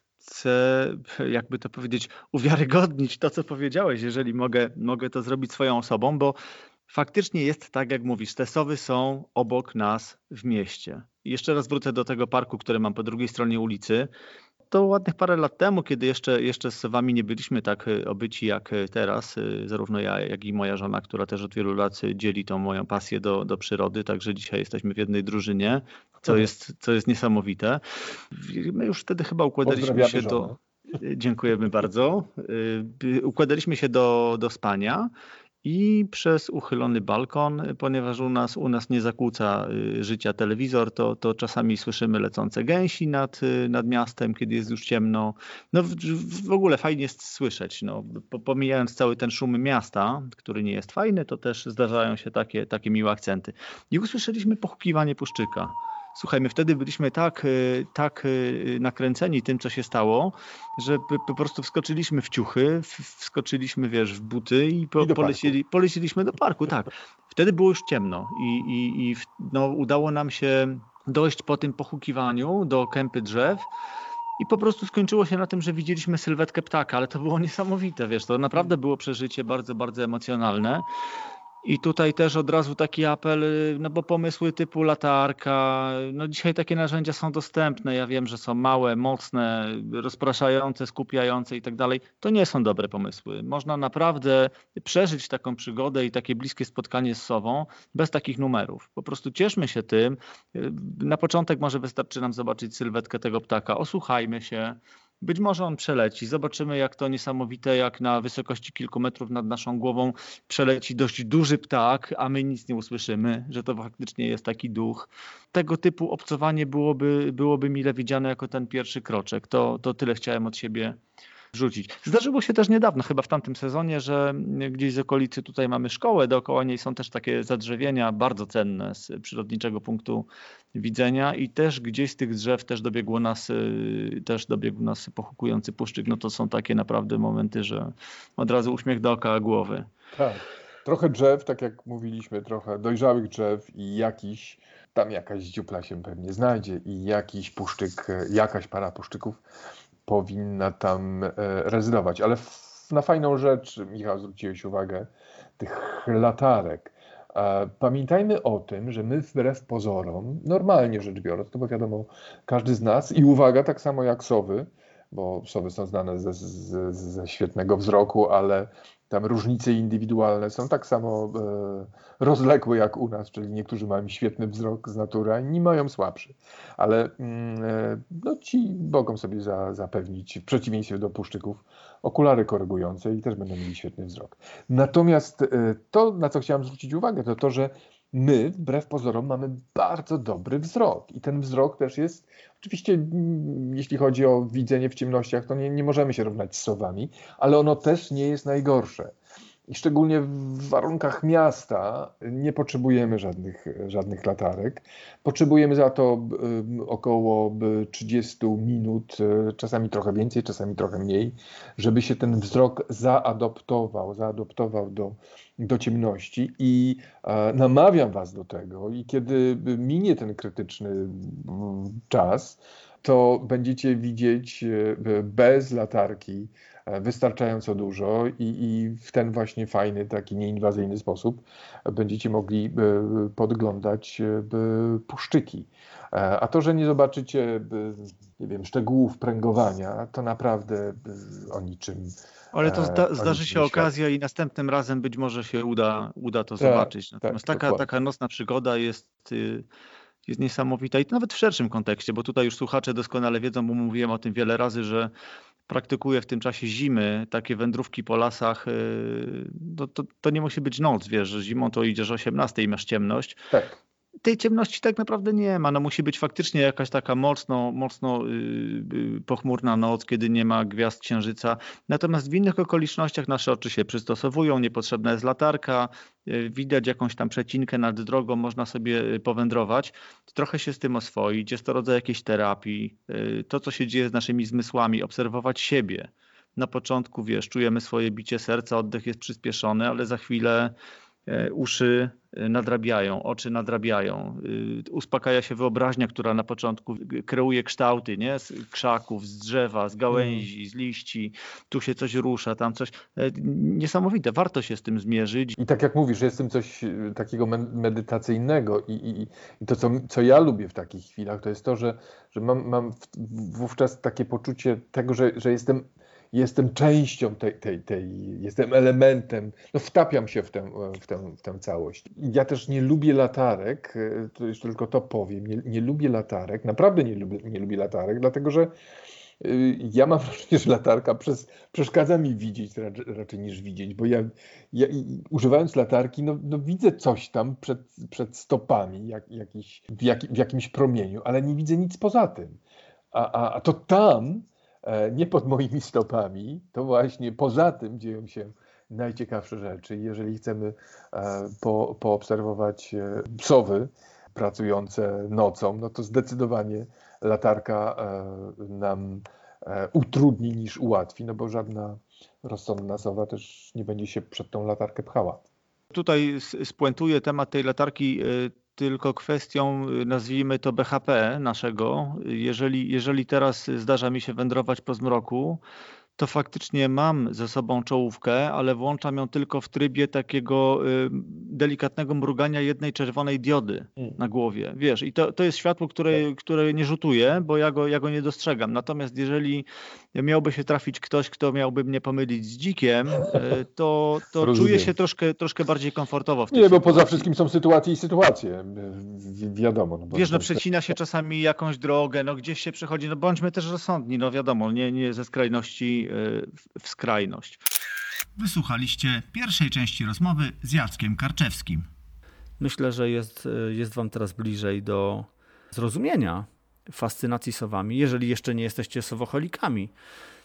chcę, jakby to powiedzieć, uwiarygodnić to, co powiedziałeś, jeżeli mogę to zrobić swoją osobą, bo faktycznie jest tak, jak mówisz, te sowy są obok nas w mieście. I jeszcze raz wrócę do tego parku, który mam po drugiej stronie ulicy. To ładnych parę lat temu, kiedy jeszcze z sowami nie byliśmy tak obyci jak teraz, zarówno ja, jak i moja żona, która też od wielu lat dzieli tą moją pasję do przyrody, także dzisiaj jesteśmy w jednej drużynie, co jest niesamowite. My już wtedy chyba układaliśmy się do... Dziękujemy bardzo. Układaliśmy się do spania. I przez uchylony balkon, ponieważ u nas nie zakłóca życia telewizor, to czasami słyszymy lecące gęsi nad miastem, kiedy jest już ciemno. No w ogóle fajnie jest słyszeć. No, pomijając cały ten szum miasta, który nie jest fajny, to też zdarzają się takie miłe akcenty. I usłyszeliśmy pochukiwanie puszczyka. Słuchaj, my wtedy byliśmy tak nakręceni tym, co się stało, że po prostu wskoczyliśmy w ciuchy, wskoczyliśmy, w buty i poleciliśmy do parku. Tak. Wtedy było już ciemno i udało nam się dojść po tym pochukiwaniu do kępy drzew i po prostu skończyło się na tym, że widzieliśmy sylwetkę ptaka, ale to było niesamowite, to naprawdę było przeżycie bardzo, bardzo emocjonalne. I tutaj też od razu taki apel, bo pomysły typu latarka, dzisiaj takie narzędzia są dostępne, ja wiem, że są małe, mocne, rozpraszające, skupiające i tak dalej. To nie są dobre pomysły. Można naprawdę przeżyć taką przygodę i takie bliskie spotkanie z sową bez takich numerów. Po prostu cieszmy się tym. Na początek może wystarczy nam zobaczyć sylwetkę tego ptaka, osłuchajmy się. Być może on przeleci. Zobaczymy, jak to niesamowite, jak na wysokości kilku metrów nad naszą głową przeleci dość duży ptak, a my nic nie usłyszymy, że to faktycznie jest taki duch. Tego typu obcowanie byłoby mile widziane jako ten pierwszy kroczek. To tyle chciałem od siebie wrzucić. Zdarzyło się też niedawno, chyba w tamtym sezonie, że gdzieś z okolicy tutaj mamy szkołę, dookoła niej są też takie zadrzewienia bardzo cenne z przyrodniczego punktu widzenia i też gdzieś z tych drzew też dobiegł nas pochukujący puszczyk. No to są takie naprawdę momenty, że od razu uśmiech do oka głowy. Tak. Trochę drzew, tak jak mówiliśmy, trochę dojrzałych drzew i jakaś dziupla się pewnie znajdzie i jakiś puszczyk, jakaś para puszczyków powinna tam rezydować. Ale na fajną rzecz, Michał, zwróciłeś uwagę, tych latarek. Pamiętajmy o tym, że my wbrew pozorom, normalnie rzecz biorąc, to bo wiadomo, każdy z nas i uwaga, tak samo jak sowy, bo sowy są znane ze świetnego wzroku, ale tam różnice indywidualne są tak samo rozległe jak u nas, czyli niektórzy mają świetny wzrok z natury, a inni mają słabszy. Ale no, ci mogą sobie zapewnić, w przeciwieństwie do puszczyków, okulary korygujące i też będą mieli świetny wzrok. Natomiast to, na co chciałem zwrócić uwagę, to to, że my, wbrew pozorom, mamy bardzo dobry wzrok. I ten wzrok też jest, oczywiście, jeśli chodzi o widzenie w ciemnościach, to nie możemy się równać z sowami, ale ono też nie jest najgorsze. I szczególnie w warunkach miasta nie potrzebujemy żadnych latarek. Potrzebujemy za to około 30 minut, czasami trochę więcej, czasami trochę mniej, żeby się ten wzrok zaadoptował do ciemności i namawiam was do tego i kiedy minie ten krytyczny czas, to będziecie widzieć bez latarki wystarczająco dużo i w ten właśnie fajny, taki nieinwazyjny sposób będziecie mogli podglądać puszczyki. A to, że nie zobaczycie, nie wiem, szczegółów pręgowania, to naprawdę o niczym. Ale to zdarzy się okazja i następnym razem być może się uda to zobaczyć. Natomiast taka nocna przygoda jest niesamowita i to nawet w szerszym kontekście, bo tutaj już słuchacze doskonale wiedzą, bo mówiłem o tym wiele razy, że praktykuję w tym czasie zimy takie wędrówki po lasach. To nie musi być noc, wiesz, że zimą to idziesz o 18 i masz ciemność. Tak. Tej ciemności tak naprawdę nie ma. No musi być faktycznie jakaś taka mocno pochmurna noc, kiedy nie ma gwiazd księżyca. Natomiast w innych okolicznościach nasze oczy się przystosowują, niepotrzebna jest latarka, widać jakąś tam przecinkę nad drogą, można sobie powędrować, trochę się z tym oswoić, jest to rodzaj jakiejś terapii. To, co się dzieje z naszymi zmysłami, obserwować siebie. Na początku, wiesz, czujemy swoje bicie serca, oddech jest przyspieszony, ale za chwilę uszy nadrabiają, oczy nadrabiają, uspokaja się wyobraźnia, która na początku kreuje kształty, nie? Z krzaków, z drzewa, z gałęzi, z liści, tu się coś rusza, tam coś. Niesamowite, warto się z tym zmierzyć. I tak jak mówisz, jest w tym coś takiego medytacyjnego i to, co ja lubię w takich chwilach, to jest to, że mam wówczas takie poczucie tego, że jestem częścią jestem elementem, no wtapiam się w tę całość. Ja też nie lubię latarek, to już tylko to powiem, nie lubię latarek, naprawdę nie lubię latarek, dlatego że ja mam wrażenie, że latarka przeszkadza mi widzieć raczej niż widzieć, bo ja używając latarki, no widzę coś tam przed stopami w jakimś promieniu, ale nie widzę nic poza tym. A to tam, nie pod moimi stopami, to właśnie poza tym dzieją się najciekawsze rzeczy. Jeżeli chcemy poobserwować sowy pracujące nocą, no to zdecydowanie latarka nam utrudni niż ułatwi, no bo żadna rozsądna sowa też nie będzie się przed tą latarkę pchała. Tutaj spuentuję temat tej latarki tylko kwestią, nazwijmy to BHP naszego. Jeżeli teraz zdarza mi się wędrować po zmroku, to faktycznie mam ze sobą czołówkę, ale włączam ją tylko w trybie takiego delikatnego mrugania jednej czerwonej diody na głowie. Wiesz, i to jest światło, które nie rzutuje, bo ja go nie dostrzegam. Natomiast jeżeli miałby się trafić ktoś, kto miałby mnie pomylić z dzikiem, to czuję się troszkę bardziej komfortowo w tej sytuacji. Bo poza wszystkim są sytuacje i sytuacje, wiadomo. No wiesz, przecina się czasami jakąś drogę, no gdzieś się przechodzi, no bądźmy też rozsądni, no wiadomo, nie ze skrajności w skrajność. Wysłuchaliście pierwszej części rozmowy z Jackiem Karczewskim. Myślę, że jest wam teraz bliżej do zrozumienia fascynacji sowami, jeżeli jeszcze nie jesteście sowocholikami.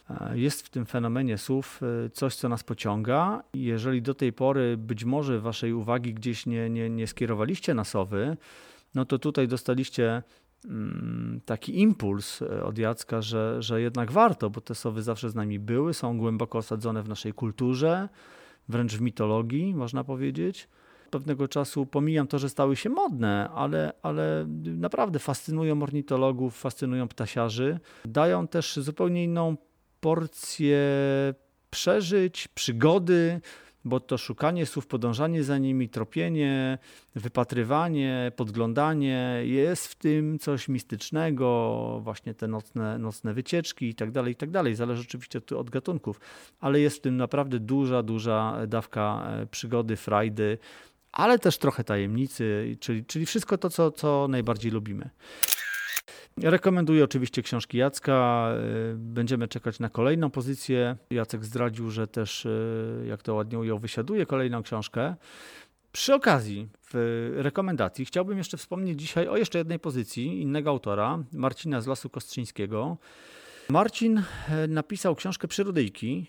Jest w tym fenomenie słów coś, co nas pociąga. Jeżeli do tej pory być może waszej uwagi gdzieś nie skierowaliście na sowy, no to tutaj dostaliście taki impuls od Jacka, że jednak warto, bo te sowy zawsze z nami były, są głęboko osadzone w naszej kulturze, wręcz w mitologii, można powiedzieć. Pewnego czasu pomijam to, że stały się modne, ale naprawdę fascynują ornitologów, fascynują ptasiarzy. Dają też zupełnie inną porcję przeżyć, przygody, bo to szukanie słów, podążanie za nimi, tropienie, wypatrywanie, podglądanie, jest w tym coś mistycznego, właśnie te nocne wycieczki i tak dalej, zależy oczywiście od gatunków, ale jest w tym naprawdę duża dawka przygody, frajdy, ale też trochę tajemnicy, czyli wszystko to, co najbardziej lubimy. Rekomenduję oczywiście książki Jacka. Będziemy czekać na kolejną pozycję. Jacek zdradził, że też, jak to ładnie ujął, wysiaduje kolejną książkę. Przy okazji, w rekomendacji chciałbym jeszcze wspomnieć dzisiaj o jeszcze jednej pozycji innego autora, Marcina z Lasu Kostrzyńskiego. Marcin napisał książkę Przyrodyjki,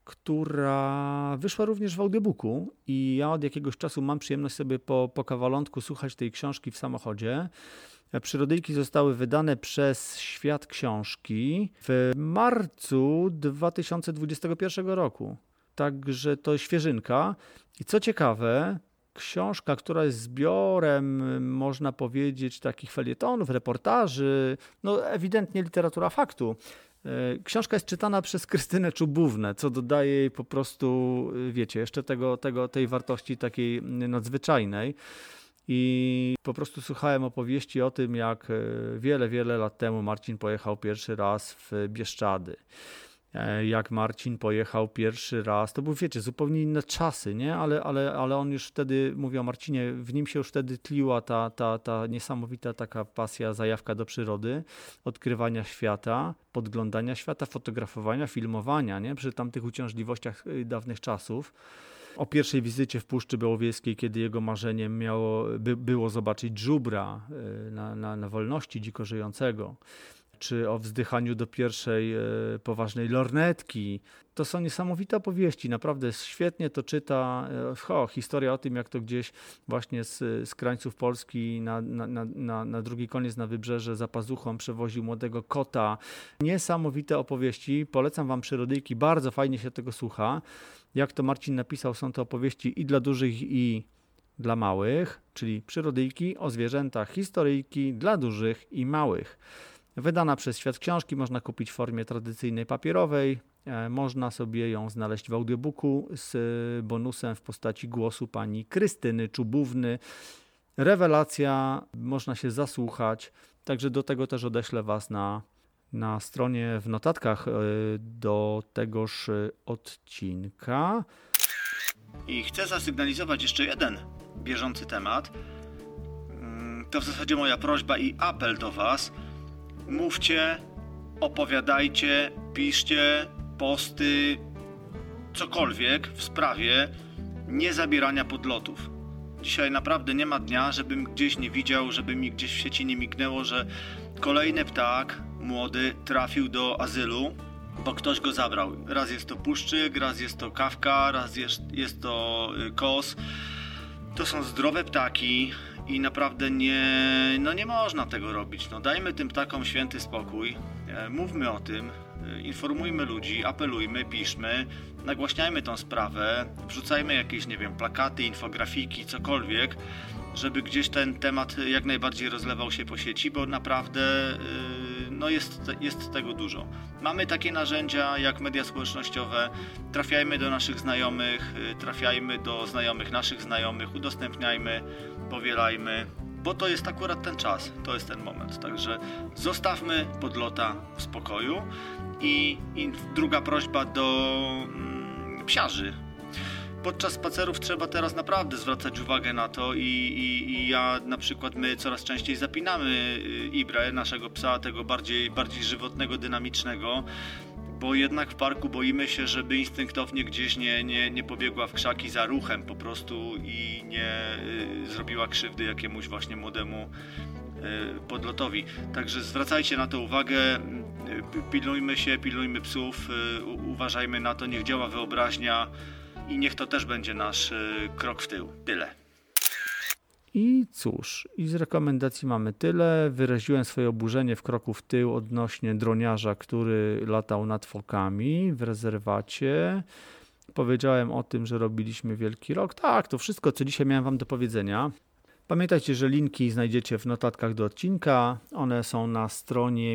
która wyszła również w audiobooku i ja od jakiegoś czasu mam przyjemność sobie po kawalątku słuchać tej książki w samochodzie. Przyrodyjki zostały wydane przez Świat Książki w marcu 2021 roku. Także to świeżynka. I co ciekawe, książka, która jest zbiorem, można powiedzieć, takich felietonów, reportaży, no ewidentnie literatura faktu. Książka jest czytana przez Krystynę Czubównę, co dodaje jej po prostu, wiecie, jeszcze tej wartości takiej nadzwyczajnej. I po prostu słuchałem opowieści o tym, jak wiele lat temu Marcin pojechał pierwszy raz w Bieszczady. Jak Marcin pojechał pierwszy raz, to były, wiecie, zupełnie inne czasy, nie? Ale on już wtedy, mówię o Marcinie, w nim się już wtedy tliła ta niesamowita taka pasja, zajawka do przyrody, odkrywania świata, podglądania świata, fotografowania, filmowania, nie? Przy tamtych uciążliwościach dawnych czasów. O pierwszej wizycie w Puszczy Białowieskiej, kiedy jego marzeniem było zobaczyć żubra na wolności dziko żyjącego, czy o wzdychaniu do pierwszej poważnej lornetki. To są niesamowite opowieści, naprawdę świetnie to czyta. Historia o tym, jak to gdzieś właśnie z krańców Polski na drugi koniec, na wybrzeże za pazuchą przewoził młodego kota. Niesamowite opowieści, polecam wam Przyrodyjki, bardzo fajnie się tego słucha. Jak to Marcin napisał, są to opowieści i dla dużych, i dla małych, czyli Przyrodyjki o zwierzętach, historyjki dla dużych i małych. Wydana przez Świat Książki, można kupić w formie tradycyjnej papierowej, można sobie ją znaleźć w audiobooku z bonusem w postaci głosu pani Krystyny Czubówny. Rewelacja, można się zasłuchać, także do tego też odeślę was na stronie, w notatkach do tegoż odcinka. I chcę zasygnalizować jeszcze jeden bieżący temat. To w zasadzie moja prośba i apel do was. Mówcie, opowiadajcie, piszcie posty, cokolwiek w sprawie niezabierania podlotów. Dzisiaj naprawdę nie ma dnia, żebym gdzieś nie widział, żeby mi gdzieś w sieci nie mignęło, że kolejny ptak młody trafił do azylu, bo ktoś go zabrał. Raz jest to puszczyk, raz jest to kawka, raz jest to kos. To są zdrowe ptaki i naprawdę nie można tego robić. Dajmy tym ptakom święty spokój, mówmy o tym, informujmy ludzi, apelujmy, piszmy, nagłaśniajmy tą sprawę, wrzucajmy jakieś, plakaty, infografiki, cokolwiek, żeby gdzieś ten temat jak najbardziej rozlewał się po sieci, bo naprawdę jest tego dużo. Mamy takie narzędzia jak media społecznościowe, trafiajmy do naszych znajomych, trafiajmy do znajomych naszych znajomych, udostępniajmy, powielajmy, bo to jest akurat ten czas, to jest ten moment. Także zostawmy podlota w spokoju. I druga prośba do psiarzy. Podczas spacerów trzeba teraz naprawdę zwracać uwagę na to i ja na przykład, my coraz częściej zapinamy Ibrę, naszego psa, tego bardziej żywotnego, dynamicznego, bo jednak w parku boimy się, żeby instynktownie gdzieś nie pobiegła w krzaki za ruchem po prostu i nie zrobiła krzywdy jakiemuś właśnie młodemu podlotowi. Także zwracajcie na to uwagę. Pilnujmy się, pilnujmy psów, uważajmy na to, niech działa wyobraźnia i niech to też będzie nasz krok w tył. Tyle. I cóż, i z rekomendacji mamy tyle. Wyraziłem swoje oburzenie w kroku w tył odnośnie droniarza, który latał nad fokami w rezerwacie. Powiedziałem o tym, że robiliśmy wielki rok. Tak, to wszystko, co dzisiaj miałem wam do powiedzenia. Pamiętajcie, że linki znajdziecie w notatkach do odcinka. One są na stronie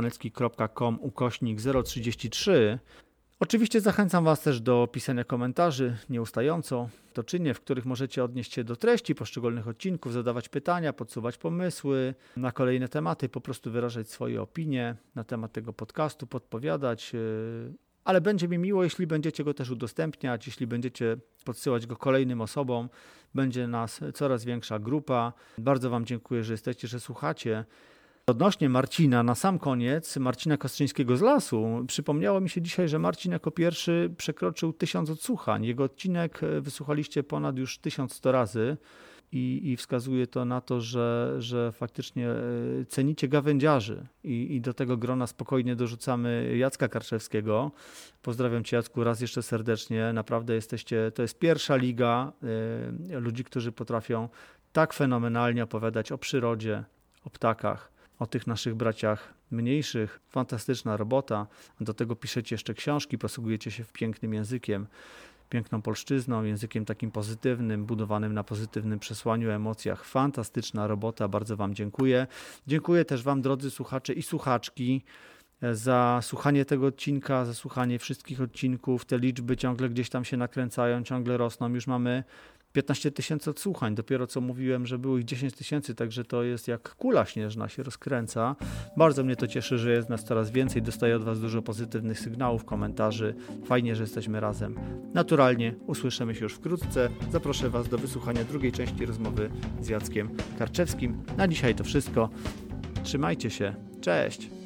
michalstanecki.com/033. Oczywiście zachęcam was też do pisania komentarzy nieustająco. To czynię, w których możecie odnieść się do treści poszczególnych odcinków, zadawać pytania, podsuwać pomysły na kolejne tematy, po prostu wyrażać swoje opinie na temat tego podcastu, podpowiadać. Ale będzie mi miło, jeśli będziecie go też udostępniać, jeśli będziecie podsyłać go kolejnym osobom. Będzie nas coraz większa grupa. Bardzo wam dziękuję, że jesteście, że słuchacie. Odnośnie Marcina, na sam koniec, Marcina Kostrzyńskiego z Lasu, przypomniało mi się dzisiaj, że Marcin jako pierwszy przekroczył 1000 odsłuchań. Jego odcinek wysłuchaliście ponad już 1100 razy i wskazuje to na to, że faktycznie cenicie gawędziarzy i do tego grona spokojnie dorzucamy Jacka Karczewskiego. Pozdrawiam cię, Jacku, raz jeszcze serdecznie. Naprawdę jesteście, to jest pierwsza liga ludzi, którzy potrafią tak fenomenalnie opowiadać o przyrodzie, o ptakach, o tych naszych braciach mniejszych. Fantastyczna robota. Do tego piszecie jeszcze książki, posługujecie się pięknym językiem, piękną polszczyzną, językiem takim pozytywnym, budowanym na pozytywnym przesłaniu, emocjach. Fantastyczna robota, bardzo wam dziękuję. Dziękuję też wam, drodzy słuchacze i słuchaczki, za słuchanie tego odcinka, za słuchanie wszystkich odcinków. Te liczby ciągle gdzieś tam się nakręcają, ciągle rosną. Już mamy 15 000 odsłuchań. Dopiero co mówiłem, że było ich 10 000, także to jest jak kula śnieżna się rozkręca. Bardzo mnie to cieszy, że jest nas coraz więcej. Dostaję od was dużo pozytywnych sygnałów, komentarzy. Fajnie, że jesteśmy razem. Naturalnie usłyszymy się już wkrótce. Zaproszę was do wysłuchania drugiej części rozmowy z Jackiem Karczewskim. Na dzisiaj to wszystko. Trzymajcie się. Cześć!